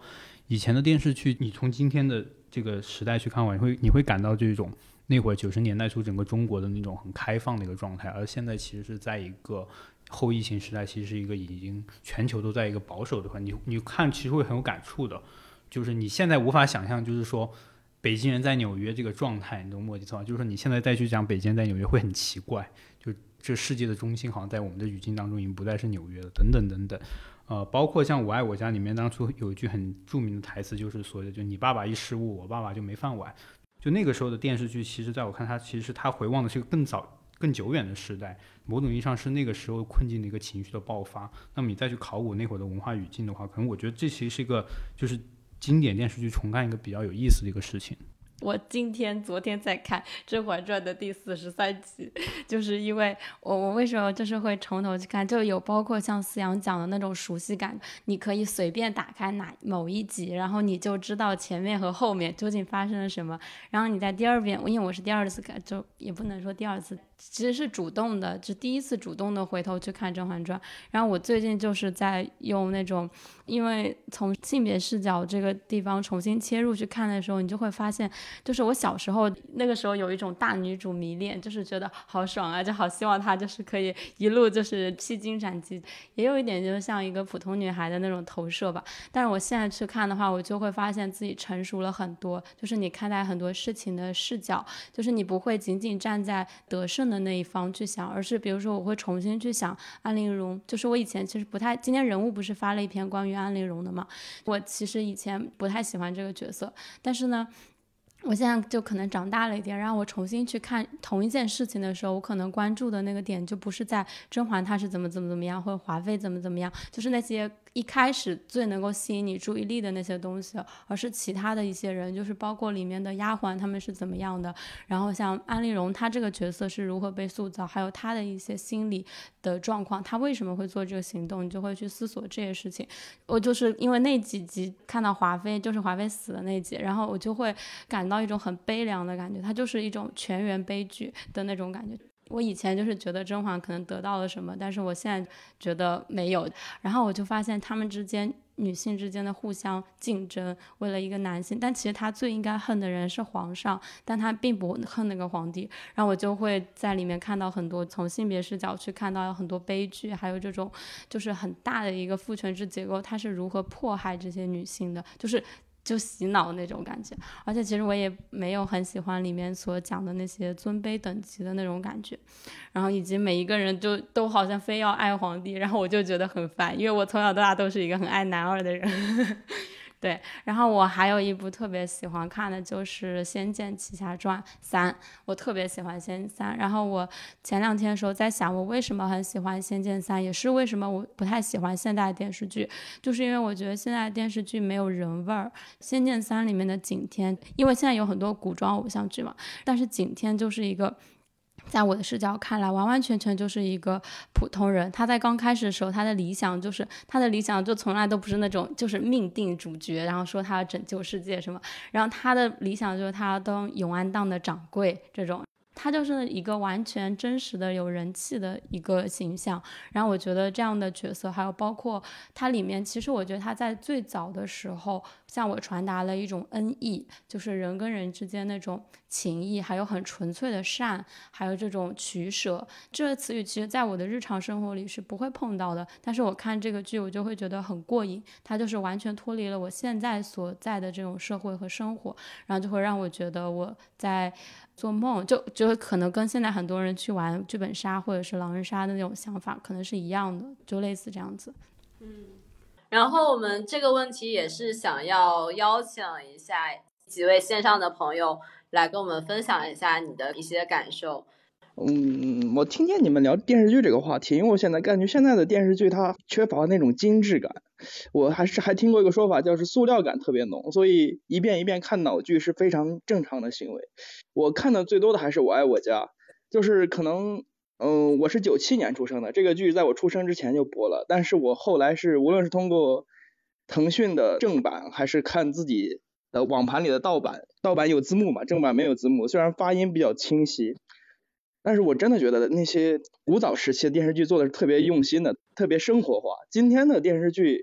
以前的电视剧，你从今天的这个时代去看完，你会感到这种那会儿90年代初整个中国的那种很开放的一个状态，而现在其实是在一个后疫情时代，其实是一个已经全球都在一个保守的环境，你看其实会很有感触的，就是你现在无法想象，就是说北京人在纽约这个状态，你懂我意思吗？就是说你现在再去讲北京人在纽约会很奇怪，就这世界的中心好像在我们的语境当中已经不再是纽约了，等等等等。包括像《我爱我家》里面当初有一句很著名的台词，就是说的就你爸爸一失误，我爸爸就没饭碗。就那个时候的电视剧，其实在我看它其实它回望的是一个更早更久远的时代，某种意义上是那个时候困境的一个情绪的爆发。那么你再去考古那会儿的文化语境的话，可能我觉得这其实是一个就是经典电视剧重看一个比较有意思的一个事情。 我昨天在看《甄嬛传》的第43集，就是因为我为什么就是会从头去看，就有包括像思阳讲的那种熟悉感，你可以随便打开某一集，然后你就知道前面和后面究竟发生了什么，然后你在第二遍，因为我是第二次看，就也不能说第二次，其实是主动的，就第一次主动的回头去看《甄嬛传》，然后我最近就是在用那种，因为从性别视角这个地方重新切入去看的时候，你就会发现，就是我小时候那个时候有一种大女主迷恋，就是觉得好爽啊，就好希望她就是可以一路就是披荆斩棘，也有一点就是像一个普通女孩的那种投射吧。但是我现在去看的话，我就会发现自己成熟了很多，就是你看待很多事情的视角，就是你不会仅仅站在得胜的那一方去想，而是比如说我会重新去想安陵容，就是我以前其实不太，今天人物不是发了一篇关于安陵容的嘛，我其实以前不太喜欢这个角色，但是呢我现在就可能长大了一点，然后我重新去看同一件事情的时候，我可能关注的那个点就不是在甄嬛她是怎么样，或者华妃怎么样，就是那些一开始最能够吸引你注意力的那些东西，而是其他的一些人，就是包括里面的丫鬟他们是怎么样的，然后像安陵容她这个角色是如何被塑造，还有她的一些心理的状况，她为什么会做这个行动，你就会去思索这些事情。我就是因为那几集看到华妃，就是华妃死的那集，然后我就会感到一种很悲凉的感觉，它就是一种全员悲剧的那种感觉。我以前就是觉得甄嬛可能得到了什么，但是我现在觉得没有，然后我就发现他们之间女性之间的互相竞争，为了一个男性，但其实他最应该恨的人是皇上，但他并不恨那个皇帝，然后我就会在里面看到很多从性别视角去看到很多悲剧，还有这种就是很大的一个父权制结构，它是如何迫害这些女性的，就洗脑那种感觉。而且其实我也没有很喜欢里面所讲的那些尊卑等级的那种感觉，然后以及每一个人就都好像非要爱皇帝，然后我就觉得很烦，因为我从小到大都是一个很爱男二的人对，然后我还有一部特别喜欢看的就是《仙剑奇侠传3》，我特别喜欢《仙剑3》，然后我前2天的时候在想我为什么很喜欢《仙剑3》，也是为什么我不太喜欢现代电视剧，就是因为我觉得现在电视剧没有人味儿。《仙剑3》里面的景天，因为现在有很多古装偶像剧嘛，但是景天就是一个在我的视角看来完完全全就是一个普通人，他在刚开始的时候他的理想就从来都不是那种就是命定主角，然后说他要拯救世界什么，然后他的理想就是他要当永安档的掌柜，这种他就是一个完全真实的有人气的一个形象。然后我觉得这样的角色，还有包括他里面，其实我觉得他在最早的时候向我传达了一种恩义，就是人跟人之间那种情谊，还有很纯粹的善，还有这种取舍，这个词语其实在我的日常生活里是不会碰到的，但是我看这个剧我就会觉得很过瘾，它就是完全脱离了我现在所在的这种社会和生活，然后就会让我觉得我在做梦，就可能跟现在很多人去玩剧本杀或者是狼人杀的那种想法可能是一样的，就类似这样子。 然后我们这个问题也是想要邀请一下几位线上的朋友来跟我们分享一下你的一些感受。 我听见你们聊电视剧这个话题，因为我现在感觉现在的电视剧它缺乏那种精致感，我还听过一个说法，叫是塑料感特别浓，所以一遍一遍看脑剧是非常正常的行为。我看的最多的还是《我爱我家》，就是可能我是97年出生的，这个剧在我出生之前就播了，但是我后来是无论是通过腾讯的正版还是看自己的网盘里的盗版有字幕嘛，正版没有字幕，虽然发音比较清晰，但是我真的觉得那些古早时期的电视剧做的是特别用心的，特别生活化。今天的电视剧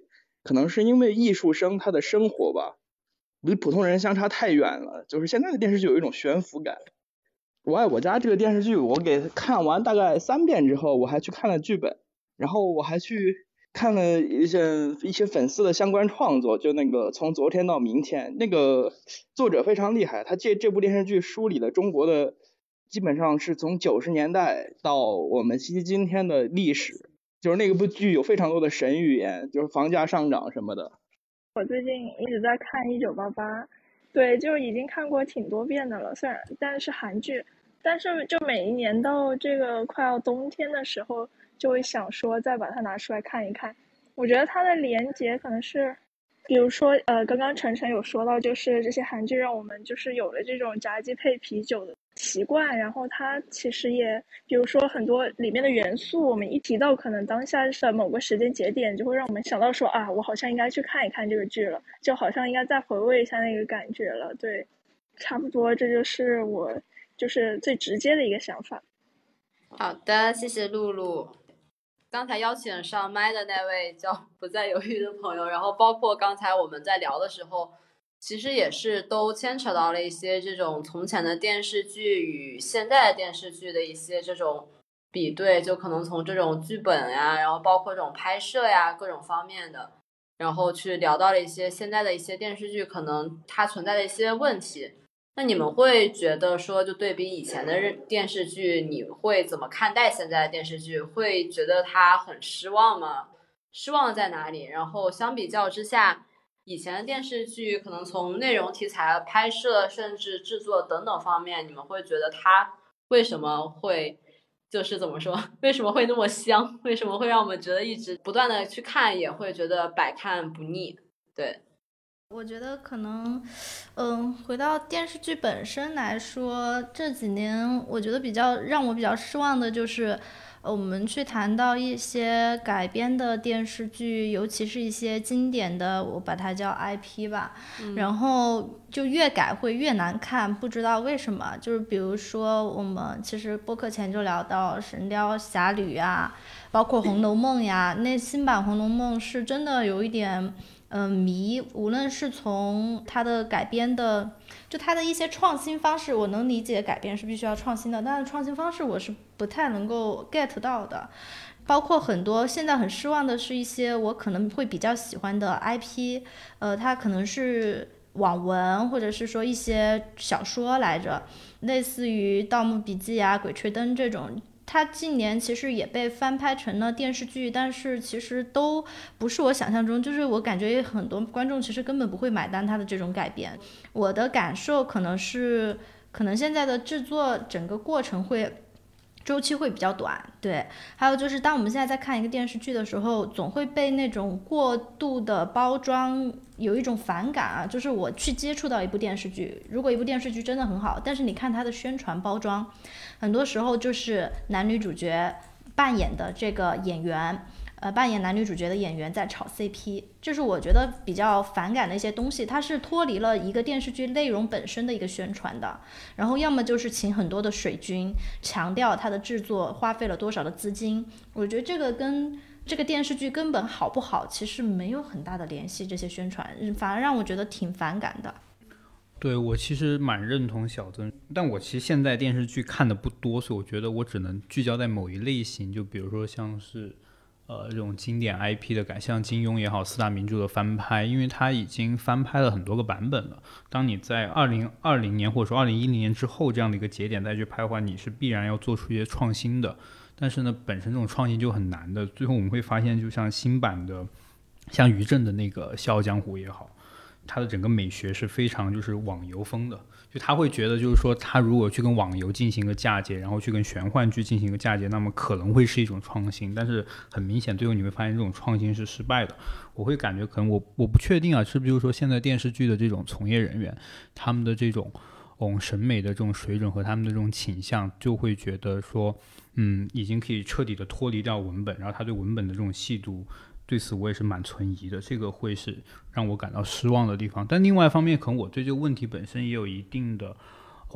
可能是因为艺术生他的生活吧，离普通人相差太远了，就是现在的电视剧有一种悬浮感。我爱我家这个电视剧，我给看完大概3遍之后，我还去看了剧本，然后我还去看了一些粉丝的相关创作，就那个从昨天到明天，那个作者非常厉害，他这部电视剧梳理了中国的基本上是从90年代到我们今天的历史，就是那部剧有非常多的神预言，就是房价上涨什么的。 我最近一直在看1988，对，就已经看过挺多遍的了，但是韩剧，但是就每一年到这个快要冬天的时候，就会想说再把它拿出来看一看。我觉得它的连结可能是，比如说刚刚晨晨有说到，就是这些韩剧让我们就是有了这种炸鸡配啤酒的习惯，然后它其实也比如说很多里面的元素，我们一提到可能当下的某个时间节点，就会让我们想到说啊，我好像应该去看一看这个剧了，就好像应该再回味一下那个感觉了。对，差不多这就是我就是最直接的一个想法。 好的，谢谢露露。刚才邀请上麦的那位叫不再犹豫的朋友，然后包括刚才我们在聊的时候，其实也是都牵扯到了一些这种从前的电视剧与现在的电视剧的一些这种比对，就可能从这种剧本呀，然后包括这种拍摄呀各种方面的，然后去聊到了一些现在的一些电视剧可能它存在的一些问题。那你们会觉得说，就对比以前的电视剧，你会怎么看待现在的电视剧？会觉得它很失望吗？失望在哪里？然后相比较之下，以前的电视剧可能从内容题材、拍摄甚至制作等等方面，你们会觉得它为什么会就是怎么说？为什么会那么香？为什么会让我们觉得一直不断的去看，也会觉得百看不腻？对。 我觉得可能，回到电视剧本身来说，这几年我觉得让我比较失望的就是，我们去谈到一些改编的电视剧，尤其是一些经典的，我把它叫 IP 吧，然后就越改会越难看，不知道为什么。就是比如说我们其实播客前就聊到《神雕侠侣》呀，包括《红楼梦》呀，那新版《红楼梦》是真的有一点。迷，无论是从它的改编的，就它的一些创新方式，我能理解改编是必须要创新的，但是创新方式我是不太能够 get 到的。包括很多现在很失望的是一些我可能会比较喜欢的 IP，它可能是网文或者是说一些小说来着，类似于《盗墓笔记》啊、《鬼吹灯》这种。它近年其实也被翻拍成了电视剧，但是其实都不是我想象中，就是我感觉很多观众其实根本不会买单它的这种改编。我的感受可能现在的制作整个过程周期会比较短，对。还有就是当我们现在在看一个电视剧的时候，总会被那种过度的包装有一种反感啊。就是我去接触到一部电视剧，如果一部电视剧真的很好，但是你看它的宣传包装，很多时候就是男女主角扮演的这个演员扮演男女主角的演员在炒 CP， 这是我觉得比较反感的一些东西。它是脱离了一个电视剧内容本身的一个宣传的，然后要么就是请很多的水军，强调它的制作花费了多少的资金。我觉得这个跟这个电视剧根本好不好其实没有很大的联系，这些宣传反而让我觉得挺反感的。 对，我其实蛮认同小曾，但我其实现在电视剧看的不多，所以我觉得我只能聚焦在某一类型，就比如说像是这种经典 IP 的改，像金庸也好，四大名著的翻拍，因为它已经翻拍了很多个版本了。当你在2020年或者说2010年之后这样的一个节点再去拍的话，你是必然要做出一些创新的。但是呢，本身这种创新就很难的。最后我们会发现，就像新版的，像于正的那个《笑傲江湖》也好，它的整个美学是非常就是网游风的，就他会觉得就是说，他如果去跟网游进行一个嫁接，然后去跟玄幻剧进行一个嫁接，那么可能会是一种创新，但是很明显最后你会发现这种创新是失败的。我会感觉可能我不确定啊，是不是就是说现在电视剧的这种从业人员，他们的这种审美的这种水准和他们的这种倾向，就会觉得说已经可以彻底的脱离掉文本，然后他对文本的这种细读，对此我也是蛮存疑的，这个会是让我感到失望的地方。但另外一方面，可能我对这个问题本身也有一定的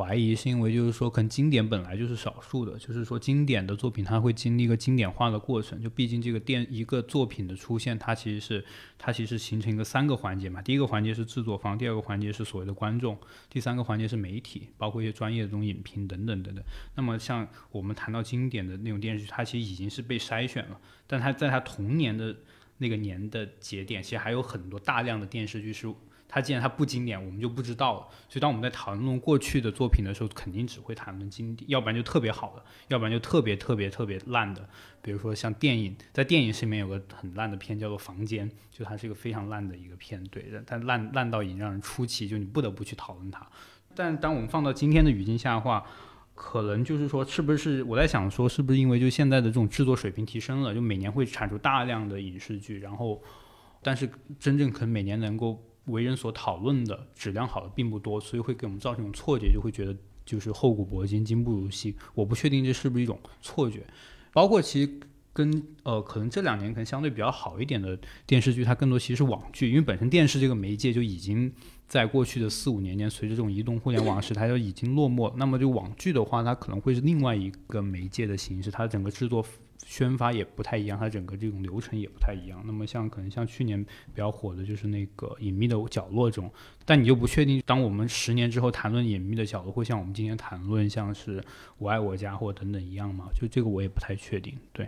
怀疑，是因为就是说可能经典本来就是少数的，就是说经典的作品它会经历一个经典化的过程，就毕竟这个一个作品的出现，它其实形成一个3个环节嘛。第一个环节是制作方，第二个环节是所谓的观众，第3个环节是媒体，包括一些专业的这种影评等等等等。那么像我们谈到经典的那种电视剧，它其实已经是被筛选了，但它在它同年的那个年的节点，其实还有很多大量的电视剧是它既然它不经典，我们就不知道了。所以当我们在讨论过去的作品的时候，肯定只会谈论经典，要不然就特别好的，要不然就特别烂的。比如说像电影，在电影里面有个很烂的片叫做《房间》，就它是一个非常烂的一个片，对，它烂到已经让人出奇，就你不得不去讨论它。但当我们放到今天的语境下的话，可能就是说，是不是我在想说，是不是因为就现在的这种制作水平提升了，就每年会产出大量的影视剧，然后但是真正可能每年能够为人所讨论的质量好的并不多，所以会给我们造成一种错觉，就会觉得就是厚古薄今，今不如昔。我不确定这是不是一种错觉。包括其实跟可能这2年可能相对比较好一点的电视剧，它更多其实是网剧，因为本身电视这个媒介就已经在过去的4、5年间，随着这种移动互联网时代就已经落寞了。那么就网剧的话，它可能会是另外一个媒介的形式，它整个制作宣发也不太一样，它整个这种流程也不太一样。那么可能像去年比较火的就是那个隐秘的角落这种，但你就不确定当我们10年之后谈论隐秘的角落会像我们今天谈论像是我爱我家或等等一样吗？就这个我也不太确定。对，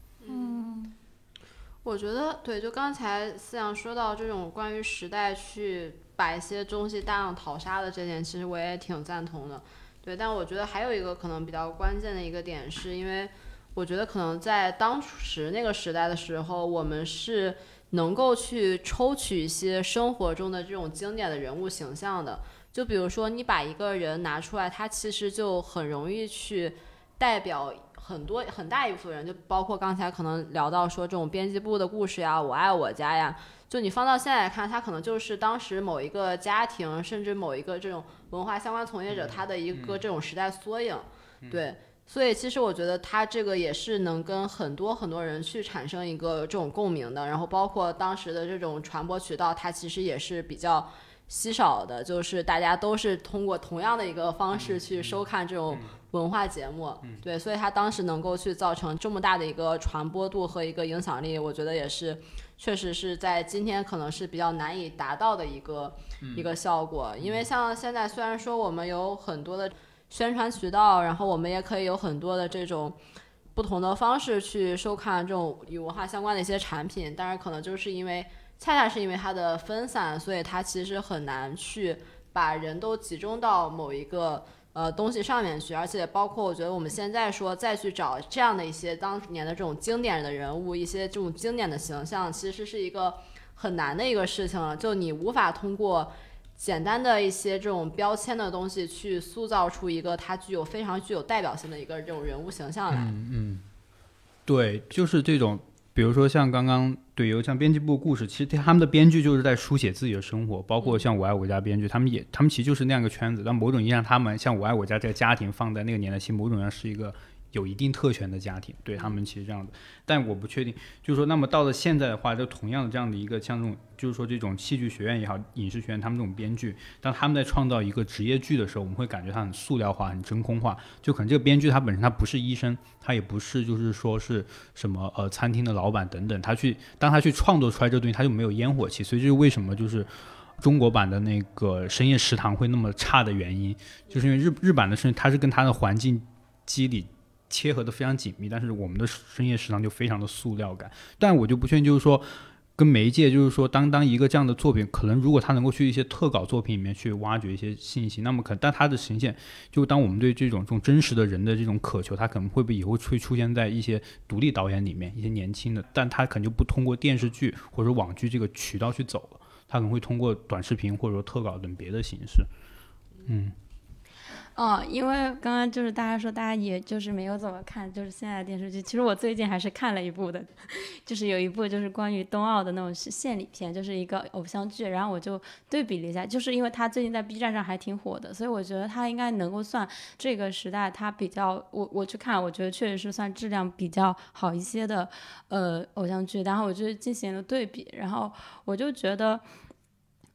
我觉得对，就刚才思阳说到这种关于时代去把一些东西大量淘沙的这点，其实我也挺赞同的。对，但我觉得还有一个可能比较关键的一个点，是因为我觉得可能在当时那个时代的时候，我们是能够去抽取一些生活中的这种经典的人物形象的。就比如说你把一个人拿出来，他其实就很容易去代表很大一部分人，就包括刚才可能聊到说这种编辑部的故事呀，我爱我家呀，就你放到现在来看，它可能就是当时某一个家庭，甚至某一个这种文化相关从业者他的一个这种时代缩影。对，所以其实我觉得它这个也是能跟很多人去产生一个这种共鸣的。然后包括当时的这种传播渠道，它其实也是比较稀少的，就是大家都是通过同样的一个方式去收看这种文化节目。对，所以它当时能够去造成这么大的一个传播度和一个影响力，我觉得也是确实是在今天可能是比较难以达到的一个效果。因为像现在虽然说我们有很多的宣传渠道，然后我们也可以有很多的这种不同的方式去收看这种与文化相关的一些产品，但是可能就是恰恰是因为它的分散，所以它其实很难去把人都集中到某一个东西上面去。而且包括我觉得我们现在说再去找这样的一些当年的这种经典的人物，一些这种经典的形象，其实是一个很难的一个事情了。就你无法通过简单的一些这种标签的东西去塑造出一个它非常具有代表性的一个这种人物形象来。 对，就是这种比如说像刚刚有像编辑部故事，其实他们的编剧就是在书写自己的生活，包括像我爱我家编剧，他们其实就是那样一个圈子。但某种意义上，他们像我爱我家这个家庭放在那个年代，其实某种意义上是一个有一定特权的家庭，对他们其实这样的。但我不确定，就是说，那么到了现在的话，就同样的这样的一个像这种，就是说这种戏剧学院也好，影视学院，他们这种编剧，当他们在创造一个职业剧的时候，我们会感觉它很塑料化、很真空化。就可能这个编剧他本身他不是医生，他也不是就是说是什么餐厅的老板等等，当他去创作出来这个东西，他就没有烟火气。所以这是为什么就是中国版的那个深夜食堂会那么差的原因，就是因为日版的它是跟它的环境肌理切合的非常紧密，但是我们的深夜食堂就非常的塑料感。但我就不确定，就是说跟媒介，就是说当一个这样的作品，可能如果它能够去一些特稿作品里面去挖掘一些信息，那么但它的呈现，就当我们对这种真实的人的这种渴求，它可能会不会以后会出现在一些独立导演里面，一些年轻的，但它可能就不通过电视剧或者网剧这个渠道去走了，它可能会通过短视频或者说特稿等别的形式。 因为刚刚就是大家说大家也就是没有怎么看就是现在的电视剧，其实我最近还是看了一部的，就是有一部就是关于冬奥的那种献礼片，就是一个偶像剧，然后我就对比了一下，就是因为它最近在 B 站上还挺火的，所以我觉得它应该能够算这个时代它比较我去看，我觉得确实是算质量比较好一些的偶像剧，然后我就进行了对比，然后我就觉得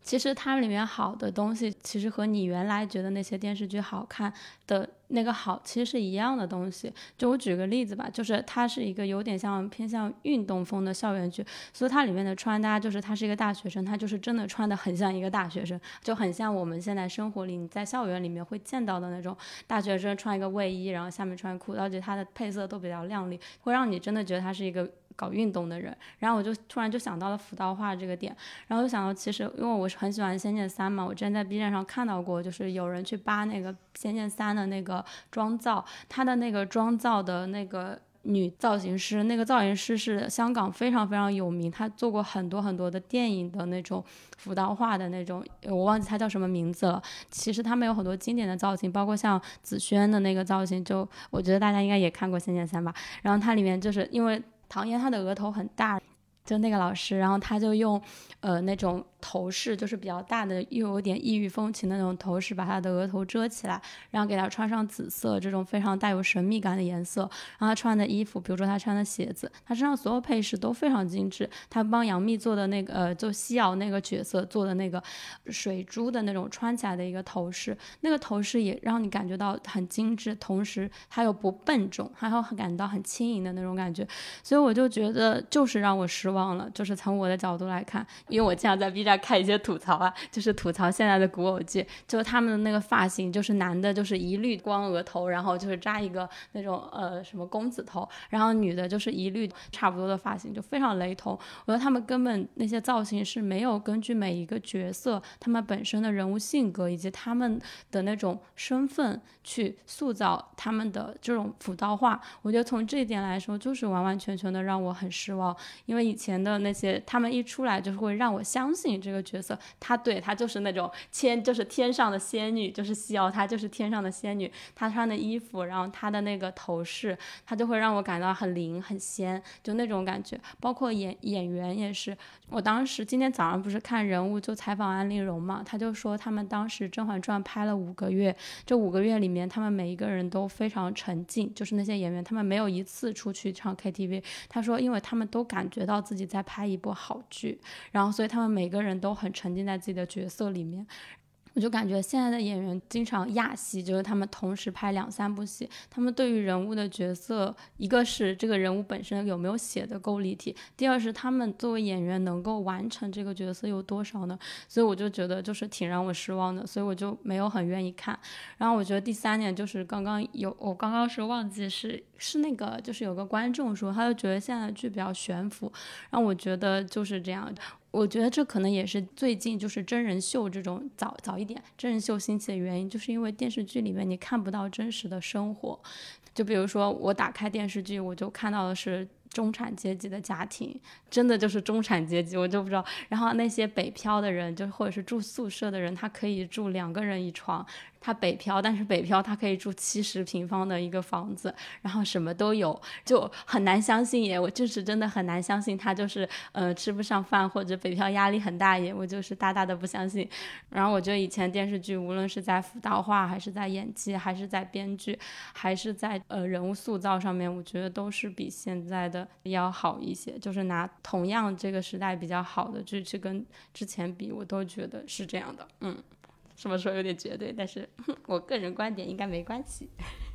其实它里面好的东西，其实和你原来觉得那些电视剧好看的那个好，其实是一样的东西。就我举个例子吧，就是它是一个有点像偏向运动风的校园剧，所以它里面的穿搭就是他是一个大学生，他就是真的穿的很像一个大学生，就很像我们现在生活里你在校园里面会见到的那种大学生穿一个卫衣，然后下面穿裤，而且它的配色都比较亮丽，会让你真的觉得他是一个搞运动的人。然后我就突然就想到了辅导画这个点，然后就想到其实因为我是很喜欢仙剑三嘛，我之前在 B 站上看到过，就是有人去扒那个仙剑三的那个妆造，他的那个妆造的那个女造型师，那个造型师是香港非常非常有名，他做过很多很多的电影的那种辅导画的那种，我忘记他叫什么名字了。其实他们有很多经典的造型，包括像紫萱的那个造型，就我觉得大家应该也看过仙剑三吧。然后它里面就是因为唐嫣她的额头很大，就那个老师，然后他就用那种头饰，就是比较大的又有点异域风情的那种头饰，把他的额头遮起来，然后给他穿上紫色这种非常带有神秘感的颜色。然后他穿的衣服，比如说他穿的鞋子，他身上所有配饰都非常精致。他帮杨幂做的那个就西瑶那个角色做的那个水珠的那种穿起来的一个头饰，那个头饰也让你感觉到很精致，同时它又不笨重，还有感到很轻盈的那种感觉。所以我就觉得就是让我失望了，就是从我的角度来看，因为我经常在 B 站看一些吐槽啊，就是吐槽现在的古偶剧，就他们的那个发型，就是男的就是一律光额头，然后就是扎一个那种什么公子头，然后女的就是一律差不多的发型，就非常雷同。我觉得他们根本那些造型是没有根据每一个角色他们本身的人物性格以及他们的那种身份去塑造他们的这种辅导画。我觉得从这一点来说，就是完完全全的让我很失望。因为以前的那些他们一出来就是会让我相信这个角色，他就是那种就是天上的仙女，就是西瑶她就是天上的仙女，她穿的衣服，然后她的那个头饰，她就会让我感到很灵很仙，就那种感觉。包括演员也是，我当时今天早上不是看人物就采访安陵容嘛，他就说他们当时《甄嬛传》拍了5个月，这5个月里面他们每一个人都非常沉浸，就是那些演员他们没有一次出去唱 KTV。 他说因为他们都感觉到自己在拍一部好剧，然后所以他们每个人都很沉浸在自己的角色里面。我就感觉现在的演员经常轧戏，就是他们同时拍2、3部戏，他们对于人物的角色，一个是这个人物本身有没有写的够立体，第二是他们作为演员能够完成这个角色有多少呢？所以我就觉得就是挺让我失望的，所以我就没有很愿意看。然后我觉得第3点就是我刚刚是忘记是那个就是有个观众说他就觉得现在的剧比较悬浮，然后我觉得就是这样。我觉得这可能也是最近就是真人秀这种早一点真人秀兴起的原因，就是因为电视剧里面你看不到真实的生活。就比如说我打开电视剧，我就看到的是中产阶级的家庭，真的就是中产阶级，我就不知道。然后那些北漂的人，就或者是住宿舍的人，他可以住2个人一床，他北漂，但是北漂他可以住70平方的一个房子，然后什么都有，就很难相信耶。我就是真的很难相信他就是吃不上饭，或者北漂压力很大耶，我就是大大的不相信。然后我觉得以前电视剧无论是在辅导画还是在演技还是在编剧还是在人物塑造上面，我觉得都是比现在的要好一些，就是拿同样这个时代比较好的剧去跟之前比，我都觉得是这样的。这么说有点绝对，但是我个人观点应该没关系。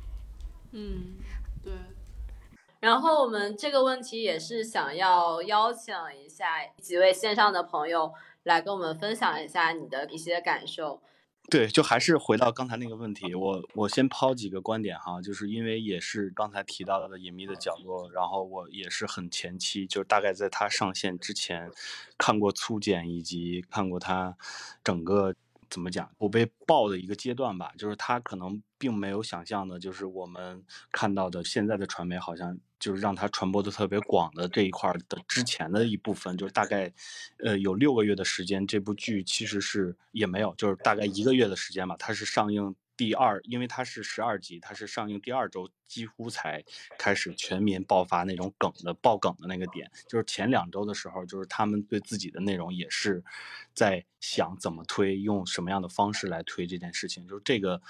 对。然后我们这个问题也是想要邀请一下几位线上的朋友来跟我们分享一下你的一些感受。 对，就还是回到刚才那个问题，我先抛几个观点哈，就是因为也是刚才提到的隐秘的角落，然后我也是很前期，就是大概在它上线之前看过粗剪，以及看过它整个怎么讲不被爆的一个阶段吧，就是它可能并没有想象的，就是我们看到的现在的传媒好像就是让它传播的特别广的这一块的之前的一部分，就是大概有6个月的时间，这部剧其实是也没有，就是大概1个月的时间吧，它是上映因为它是12集，它是上映第2周几乎才开始全民爆发那种爆梗的那个点，就是前2周的时候，就是他们对自己的内容也是在想怎么推，用什么样的方式来推这件事情，就是这个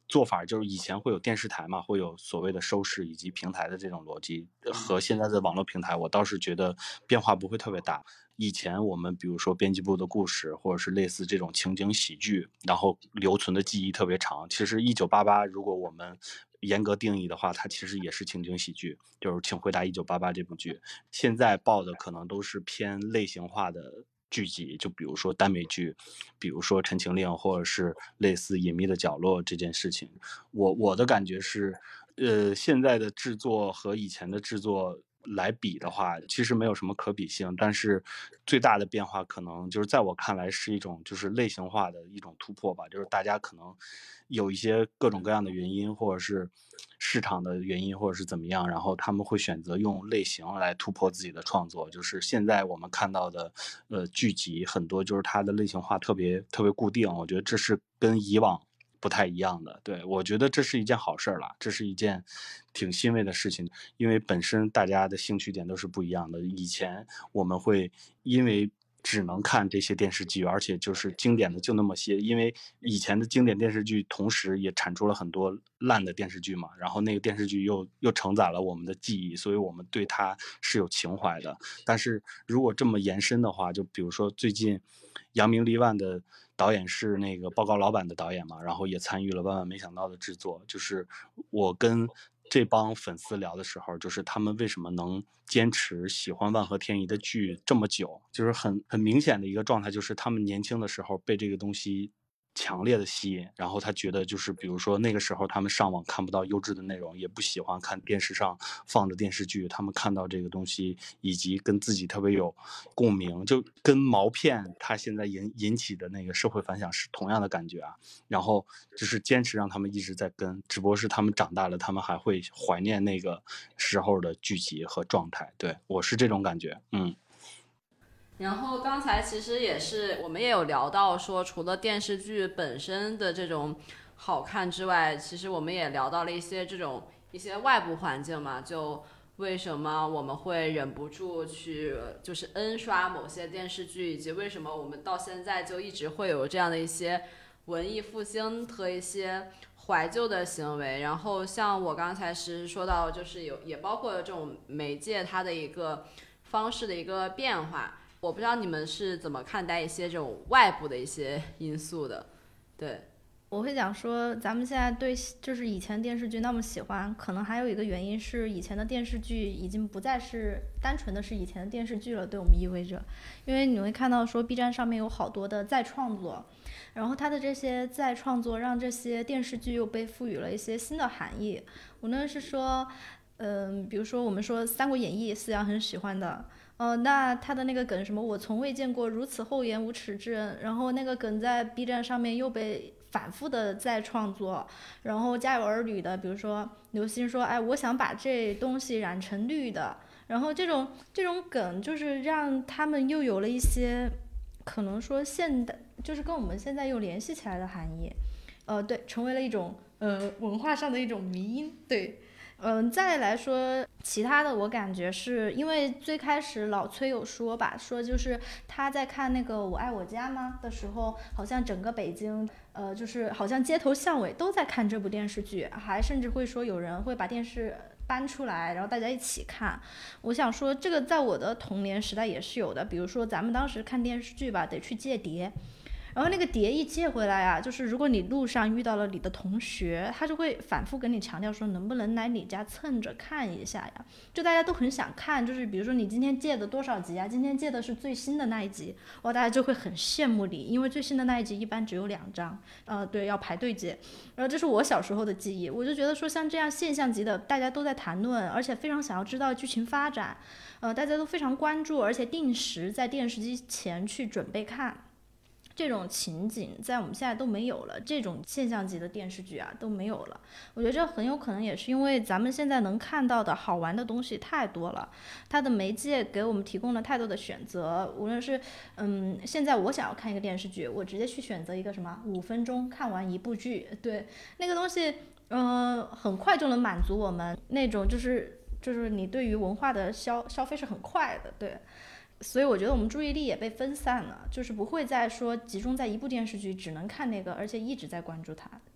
做法就是以前会有电视台嘛，会有所谓的收视以及平台的这种逻辑，和现在的网络平台，我倒是觉得变化不会特别大。以前我们比如说编辑部的故事，或者是类似这种情景喜剧，然后留存的记忆特别长。其实1988如果我们严格定义的话，它其实也是情景喜剧，就是请回答1988这部剧。现在报的可能都是偏类型化的剧集，就比如说耽美剧，比如说《陈情令》，或者是类似《隐秘的角落》这件事情。我的感觉是，现在的制作和以前的制作来比的话，其实没有什么可比性，但是最大的变化可能就是在我看来是一种就是类型化的一种突破吧，就是大家可能有一些各种各样的原因，或者是市场的原因，或者是怎么样，然后他们会选择用类型来突破自己的创作。就是现在我们看到的剧集很多就是它的类型化特别固定，我觉得这是跟以往不太一样的。对，我觉得这是一件好事了，这是一件挺欣慰的事情，因为本身大家的兴趣点都是不一样的。以前我们会因为只能看这些电视剧，而且就是经典的就那么些，因为以前的经典电视剧同时也产出了很多烂的电视剧嘛，然后那个电视剧又承载了我们的记忆，所以我们对它是有情怀的。但是如果这么延伸的话，就比如说最近扬名立万的导演是那个报告老板的导演嘛，然后也参与了万万没想到的制作。就是我跟这帮粉丝聊的时候，就是他们为什么能坚持喜欢万合天宜的剧这么久，就是很明显的一个状态，就是他们年轻的时候被这个东西强烈的吸引，然后他觉得就是比如说那个时候他们上网看不到优质的内容，也不喜欢看电视上放的电视剧，他们看到这个东西以及跟自己特别有共鸣，就跟毛片它现在引起的那个社会反响是同样的感觉啊。然后就是坚持让他们一直在跟，只不过是他们长大了，他们还会怀念那个时候的剧集和状态。对，我是这种感觉。 然后刚才其实也是我们也有聊到说，除了电视剧本身的这种好看之外，其实我们也聊到了一些外部环境嘛，就为什么我们会忍不住去就是 N 刷某些电视剧，以及为什么我们到现在就一直会有这样的一些文艺复兴和一些怀旧的行为。然后像我刚才是说到，就是也包括这种媒介它的一个方式的一个变化。我不知道你们是怎么看待一些这种外部的一些因素的。对， 我会讲说咱们现在对就是以前电视剧那么喜欢，可能还有一个原因是以前的电视剧已经不再是单纯的是以前的电视剧了，对我们意味着，因为你会看到说 B 站上面有好多的再创作，然后它的这些再创作让这些电视剧又被赋予了一些新的含义。无论是说比如说我们说《三国演义》，思阳很喜欢的，那他的那个梗什么我从未见过如此厚颜无耻之人，然后那个梗在 B 站上面又被反复的再创作。然后家有儿女的，比如说刘星说哎我想把这东西染成绿的，然后这种梗就是让他们又有了一些可能说现代就是跟我们现在又联系起来的含义，对，成为了一种文化上的一种迷因。对，再来说其他的，我感觉是因为最开始老崔有说吧，说就是他在看那个《我爱我家》吗的时候，好像整个北京就是好像街头巷尾都在看这部电视剧，还甚至会说有人会把电视搬出来，然后大家一起看。我想说这个在我的童年时代也是有的，比如说咱们当时看电视剧吧，得去借碟。然后那个碟一借回来啊，就是如果你路上遇到了你的同学，他就会反复跟你强调说能不能来你家蹭着看一下呀，就大家都很想看，就是比如说你今天借的多少集啊，今天借的是最新的那一集，哇，大家就会很羡慕你，因为最新的那一集一般只有2张，对，要排队借。然后这是我小时候的记忆，我就觉得说像这样现象级的大家都在谈论，而且非常想要知道剧情发展，大家都非常关注，而且定时在电视机前去准备看。这种情景在我们现在都没有了，这种现象级的电视剧啊都没有了。我觉得这很有可能也是因为咱们现在能看到的好玩的东西太多了，它的媒介给我们提供了太多的选择。无论是现在我想要看一个电视剧，我直接去选择一个什么5分钟看完一部剧，对，那个东西很快就能满足我们那种就是你对于文化的消费是很快的，对。所以我觉得我们注意力也被分散了，就是不会再说集中在一部电视剧只能看那个，而且一直在关注它，对，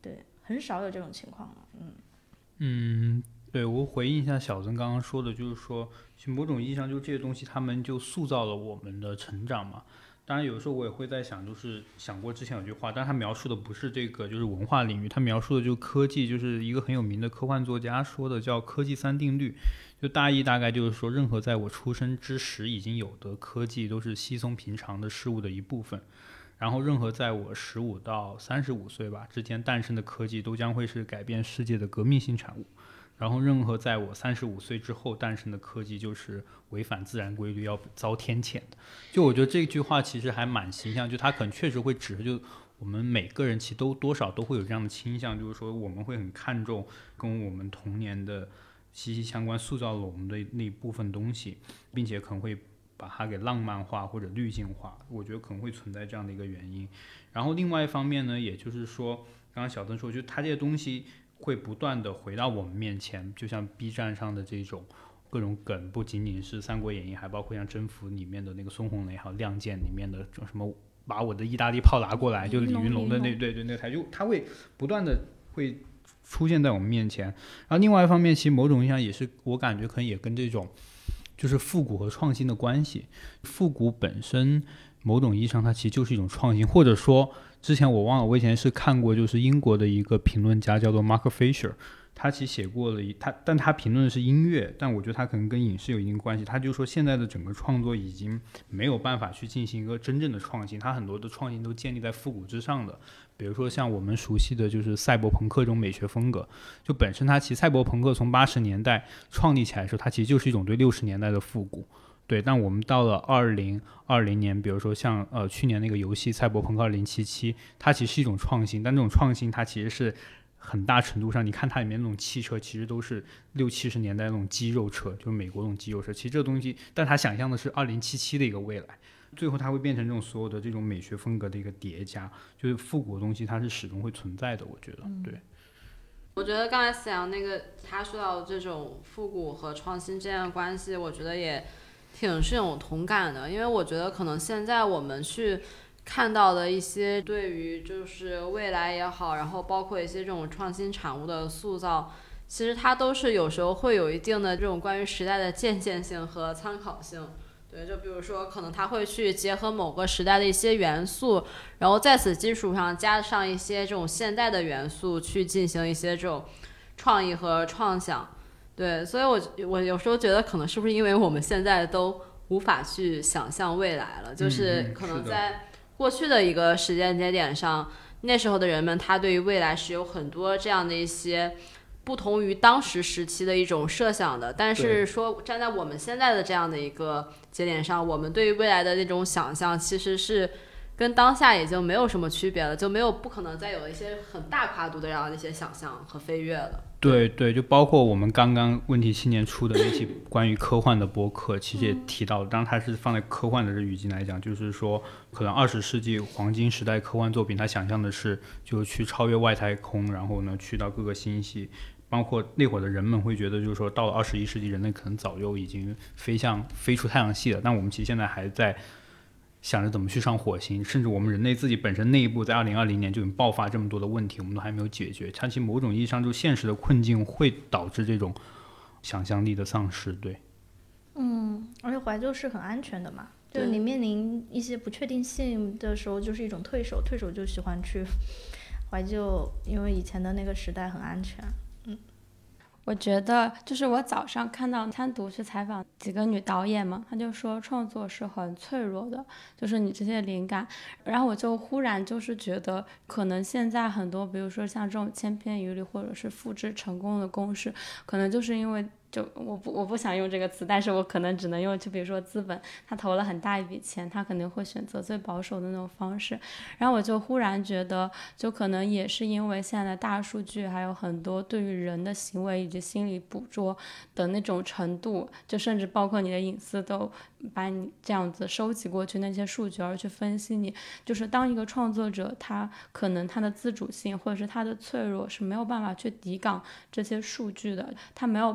很少有这种情况了。 对，我回应一下小曾刚刚说的，就是说，其实某种意义上，就这些东西，他们就塑造了我们的成长嘛。当然，有时候我也会在想，就是想过之前有句话，但他描述的不是这个，就是文化领域，他描述的就是科技，就是一个很有名的科幻作家说的，叫科技三定律。就大意大概就是说，任何在我出生之时已经有的科技，都是稀松平常的事物的一部分。然后，任何在我15到35岁吧之间诞生的科技，都将会是改变世界的革命性产物。然后，任何在我35岁之后诞生的科技，就是违反自然规律要遭天谴的。就我觉得这句话其实还蛮形象，就它可能确实会指就我们每个人其实都多少都会有这样的倾向，就是说我们会很看重跟我们童年的息息相关，塑造了我们的那一部分东西，并且可能会把它给浪漫化或者滤镜化。我觉得可能会存在这样的一个原因。然后另外一方面呢，也就是说，刚刚小邓说，就它这些东西会不断的回到我们面前，就像 B 站上的这种各种梗，不仅仅是《三国演义》，还包括像《征服》里面的那个孙红雷，还有《亮剑》里面的什么把我的意大利炮拿过来，就李云龙的那那台，就它会不断的会出现在我们面前。然后另外一方面，其实某种意义上也是我感觉可能也跟这种就是复古和创新的关系。复古本身某种意义上它其实就是一种创新，或者说之前我忘了，我以前是看过，就是英国的一个评论家叫做 Mark Fisher， 他其实写过了但他评论的是音乐，但我觉得他可能跟影视有一定关系。他就说现在的整个创作已经没有办法去进行一个真正的创新，他很多的创新都建立在复古之上的。比如说像我们熟悉的就是赛博朋克这种美学风格，就本身它其实赛博朋克从80年代创立起来的时候，它其实就是一种对60年代的复古。对，但我们到了2020年，比如说像去年那个游戏《赛博朋克2077》，它其实是一种创新，但这种创新它其实是很大程度上，你看它里面那种汽车，其实都是60、70年代那种肌肉车，就是美国那种肌肉车。其实这个东西，但它想象的是2077的一个未来，最后它会变成这种所有的这种美学风格的一个叠加，就是复古的东西它是始终会存在的，我觉得。对。 我觉得刚才思阳那个他说到这种复古和创新之间的关系，我觉得也挺是有同感的。因为我觉得可能现在我们去看到的一些对于就是未来也好，然后包括一些这种创新产物的塑造，其实它都是有时候会有一定的这种关于时代的借鉴性和参考性。对，就比如说可能它会去结合某个时代的一些元素，然后在此基础上加上一些这种现代的元素，去进行一些这种创意和创想。对，所以我有时候觉得可能是不是因为我们现在都无法去想象未来了，就是可能在过去的一个时间节点上，那时候的人们他对于未来是有很多这样的一些不同于当时时期的一种设想的，但是说站在我们现在的这样的一个节点上，我们对于未来的那种想象其实是跟当下已经没有什么区别了，就不可能再有一些很大跨度的这样的一些想象和飞跃了。 对对，就包括我们刚刚问题青年出的那期关于科幻的播客，其实也提到，当然它是放在科幻的这语境来讲，就是说可能20世纪黄金时代科幻作品，它想象的是就去超越外太空，然后呢去到各个星系。包括那会儿的人们会觉得，就是说到了21世纪，人类可能早就已经飞出太阳系了。但我们其实现在还在想着怎么去上火星，甚至我们人类自己本身内部在2020年就已经爆发这么多的问题，我们都还没有解决。它其实某种意义上，就现实的困境会导致这种想象力的丧失。对， 而且怀旧是很安全的嘛，就你面临一些不确定性的时候，就是一种退守就喜欢去怀旧，因为以前的那个时代很安全。 我觉得就是我早上看到单独去采访几个女导演嘛，她就说创作是很脆弱的，就是你这些灵感，然后我就忽然就是觉得可能现在很多比如说像这种千篇一律或者是复制成功的公式，可能就是因为就我不想用这个词，但是我可能只能用，就比如说资本他投了很大一笔钱，他可能会选择最保守的那种方式，然后我就忽然觉得就可能也是因为现在的大数据还有很多对于人的行为以及心理捕捉的那种程度，就甚至包括你的隐私都把你这样子收集过去那些数据而去分析你，就是当一个创作者他可能他的自主性或者是他的脆弱是没有办法去抵挡这些数据的，他没有办法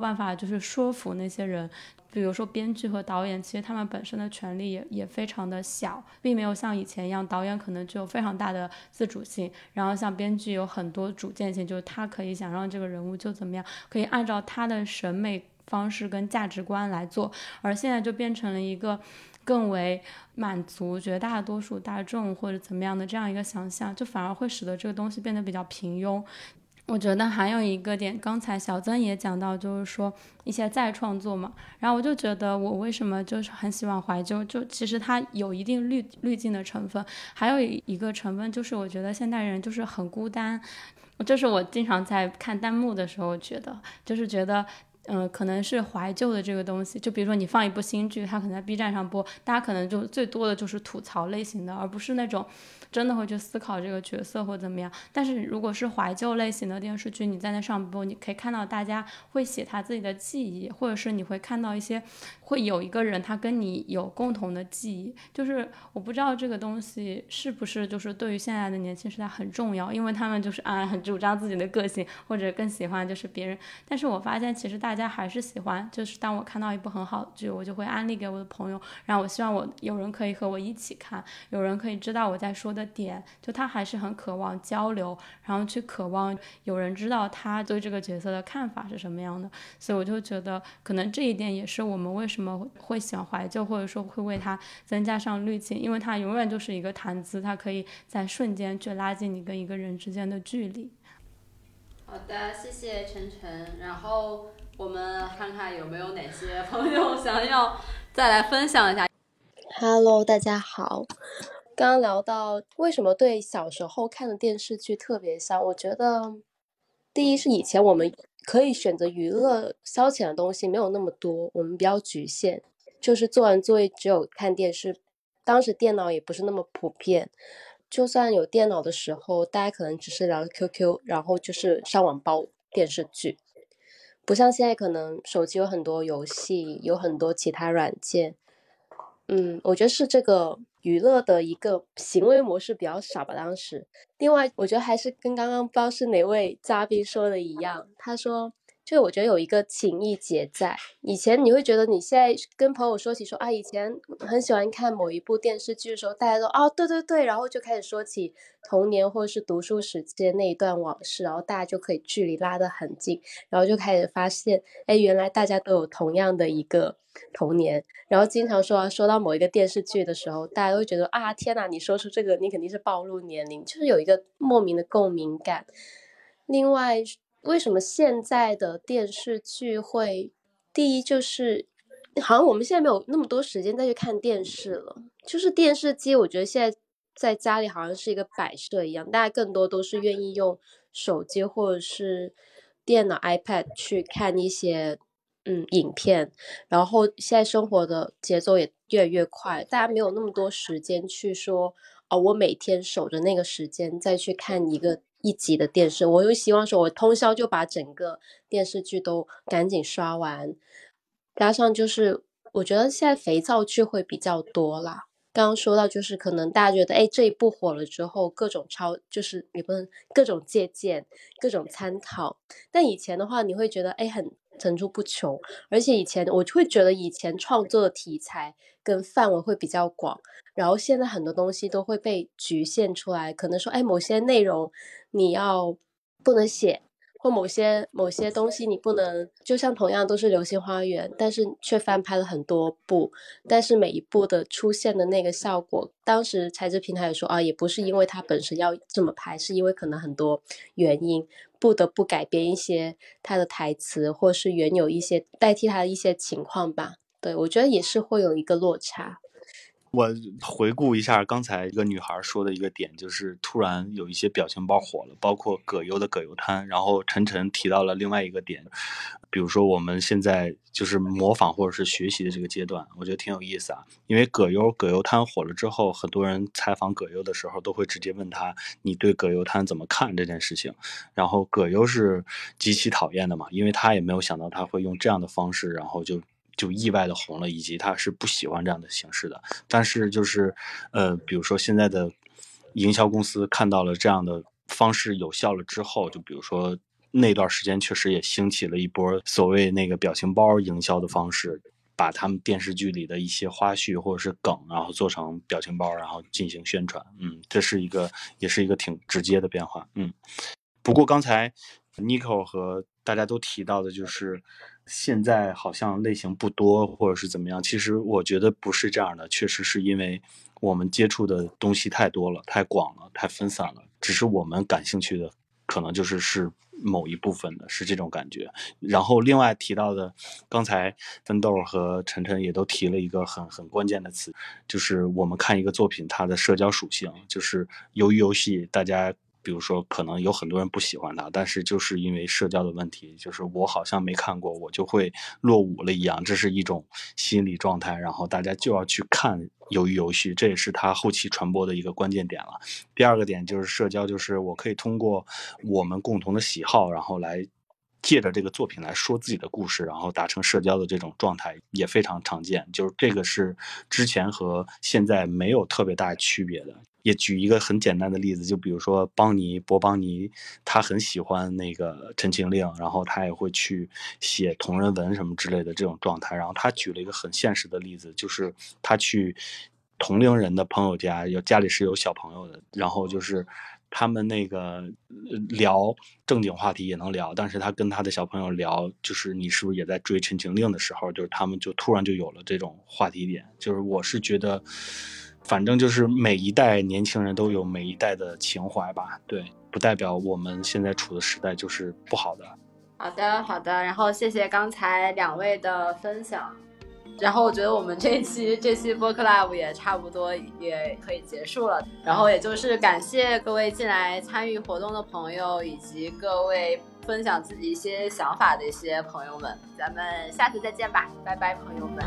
就是说服那些人。比如说编剧和导演，其实他们本身的权利也非常的小，并没有像以前一样，导演可能具有非常大的自主性，然后像编剧有很多主见性，就是他可以想让这个人物就怎么样，可以按照他的审美方式跟价值观来做。而现在就变成了一个更为满足绝大多数大众或者怎么样的这样一个想象，就反而会使得这个东西变得比较平庸。我觉得还有一个点，刚才小曾也讲到，就是说一些再创作嘛，然后我就觉得我为什么就是很喜欢怀旧，就其实它有一定滤镜的成分，还有一个成分就是我觉得现代人就是很孤单，这是我经常在看弹幕的时候觉得可能是怀旧的这个东西，就比如说你放一部新剧，它可能在 B 站上播，大家可能就最多的就是吐槽类型的，而不是那种真的会去思考这个角色或怎么样。但是如果是怀旧类型的电视剧，你在那上播，你可以看到大家会写他自己的记忆，或者是你会看到一些会有一个人他跟你有共同的记忆，就是我不知道这个东西是不是就是对于现在的年轻时代很重要，因为他们就是很主张自己的个性，或者更喜欢就是别人。但是我发现其实大家还是喜欢，就是当我看到一部很好的剧，我就会安利给我的朋友，然后我希望有人可以和我一起看，有人可以知道我在说的点，就他还是很渴望交流，然后去渴望有人知道他对这个角色的看法是什么样的。所以我就觉得可能这一点也是我们为什么会喜欢怀旧，或者说会为它增加上滤镜，因为它永远就是一个谈资，它可以在瞬间去拉近你跟一个人之间的距离。 好的，谢谢晨晨。然后我们看看有没有哪些朋友想要再来分享一下。 Hello， 大家好。刚刚聊到为什么对小时候看的电视剧特别香，我觉得第一是以前我们可以选择娱乐消遣的东西没有那么多，我们比较局限，就是做完作业只有看电视，当时电脑也不是那么普遍，就算有电脑的时候，大家可能只是聊 QQ， 然后就是上网煲电视剧，不像现在可能手机有很多游戏，有很多其他软件。我觉得是这个娱乐的一个行为模式比较少吧，当时。另外，我觉得还是跟刚刚不知道是哪位嘉宾说的一样，他说，就我觉得有一个情谊结在。以前你会觉得你现在跟朋友说起说以前很喜欢看某一部电视剧的时候，大家都对对对，然后就开始说起童年或者是读书时间那一段往事，然后大家就可以距离拉得很近，然后就开始发现，原来大家都有同样的一个童年。然后经常说到某一个电视剧的时候，大家都会觉得天哪，你说出这个你肯定是暴露年龄，就是有一个莫名的共鸣感。另外，为什么现在的电视剧会，第一就是好像我们现在没有那么多时间再去看电视了，就是电视机我觉得现在在家里好像是一个摆设一样，大家更多都是愿意用手机或者是电脑 iPad 去看一些影片，然后现在生活的节奏也越来越快，大家没有那么多时间去说我每天守着那个时间再去看一集的电视，我又希望说我通宵就把整个电视剧都赶紧刷完。加上就是我觉得现在肥皂剧会比较多啦，刚刚说到就是可能大家觉得这一部火了之后各种就是也不能各种借鉴各种参考，但以前的话你会觉得很层出不穷，而且以前我就会觉得以前创作的题材跟范围会比较广，然后现在很多东西都会被局限出来，可能说某些内容你不能写，或某些东西你不能，就像同样都是流星花园，但是却翻拍了很多部，但是每一部的出现的那个效果，当时柴智屏台也说也不是因为它本身要这么拍，是因为可能很多原因不得不改编一些它的台词，或是原有一些代替它的一些情况吧。对，我觉得也是会有一个落差。 我回顾一下刚才一个女孩说的一个点，就是突然有一些表情包火了，包括葛优的葛优瘫，然后晨晨提到了另外一个点，比如说我们现在就是模仿或者是学习的这个阶段，我觉得挺有意思啊。因为葛优瘫火了之后，很多人采访葛优的时候都会直接问他你对葛优瘫怎么看这件事情，然后葛优是极其讨厌的嘛，因为他也没有想到他会用这样的方式，然后就意外的红了，以及他是不喜欢这样的形式的。但是就是比如说现在的营销公司看到了这样的方式有效了之后，就比如说那段时间确实也兴起了一波所谓那个表情包营销的方式，把他们电视剧里的一些花絮或者是梗，然后做成表情包，然后进行宣传。这是也是一个挺直接的变化。不过刚才 Nico 和大家都提到的就是现在好像类型不多或者是怎么样，其实我觉得不是这样的，确实是因为我们接触的东西太多了，太广了，太分散了，只是我们感兴趣的可能是某一部分的，是这种感觉。然后另外提到的，刚才奋斗和晨晨也都提了一个很关键的词，就是我们看一个作品它的社交属性，就是鱿鱼游戏大家比如说可能有很多人不喜欢它，但是就是因为社交的问题，就是我好像没看过我就会落伍了一样，这是一种心理状态，然后大家就要去看鱿鱼游戏，这也是它后期传播的一个关键点了。第二个点就是社交，就是我可以通过我们共同的喜好，然后来借着这个作品来说自己的故事，然后达成社交的这种状态也非常常见，就是这个是之前和现在没有特别大区别的。也举一个很简单的例子，就比如说博邦尼他很喜欢那个陈情令，然后他也会去写同人文什么之类的这种状态，然后他举了一个很现实的例子，就是他去同龄人的朋友家里是有小朋友的，然后就是他们那个聊正经话题也能聊，但是他跟他的小朋友聊就是你是不是也在追陈情令的时候，就是他们就突然就有了这种话题点。就是我是觉得反正就是每一代年轻人都有每一代的情怀吧，对，不代表我们现在处的时代就是不好的。 好的，然后谢谢刚才2位的分享。然后我觉得我们这期播客 Live 也差不多也可以结束了，然后也就是感谢各位进来参与活动的朋友，以及各位分享自己一些想法的一些朋友们，咱们下次再见吧，拜拜朋友们。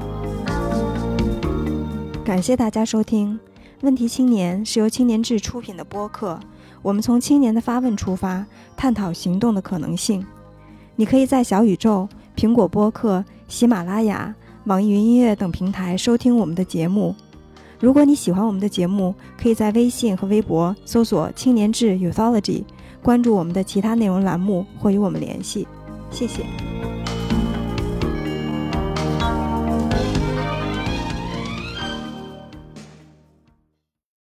感谢大家收听问题青年，是由青年志出品的播客，我们从青年的发问出发，探讨行动的可能性。你可以在小宇宙、苹果播客、喜马拉雅、网易云音乐等平台收听我们的节目。如果你喜欢我们的节目，可以在微信和微博搜索青年志 Youthology， 关注我们的其他内容栏目或与我们联系。谢谢。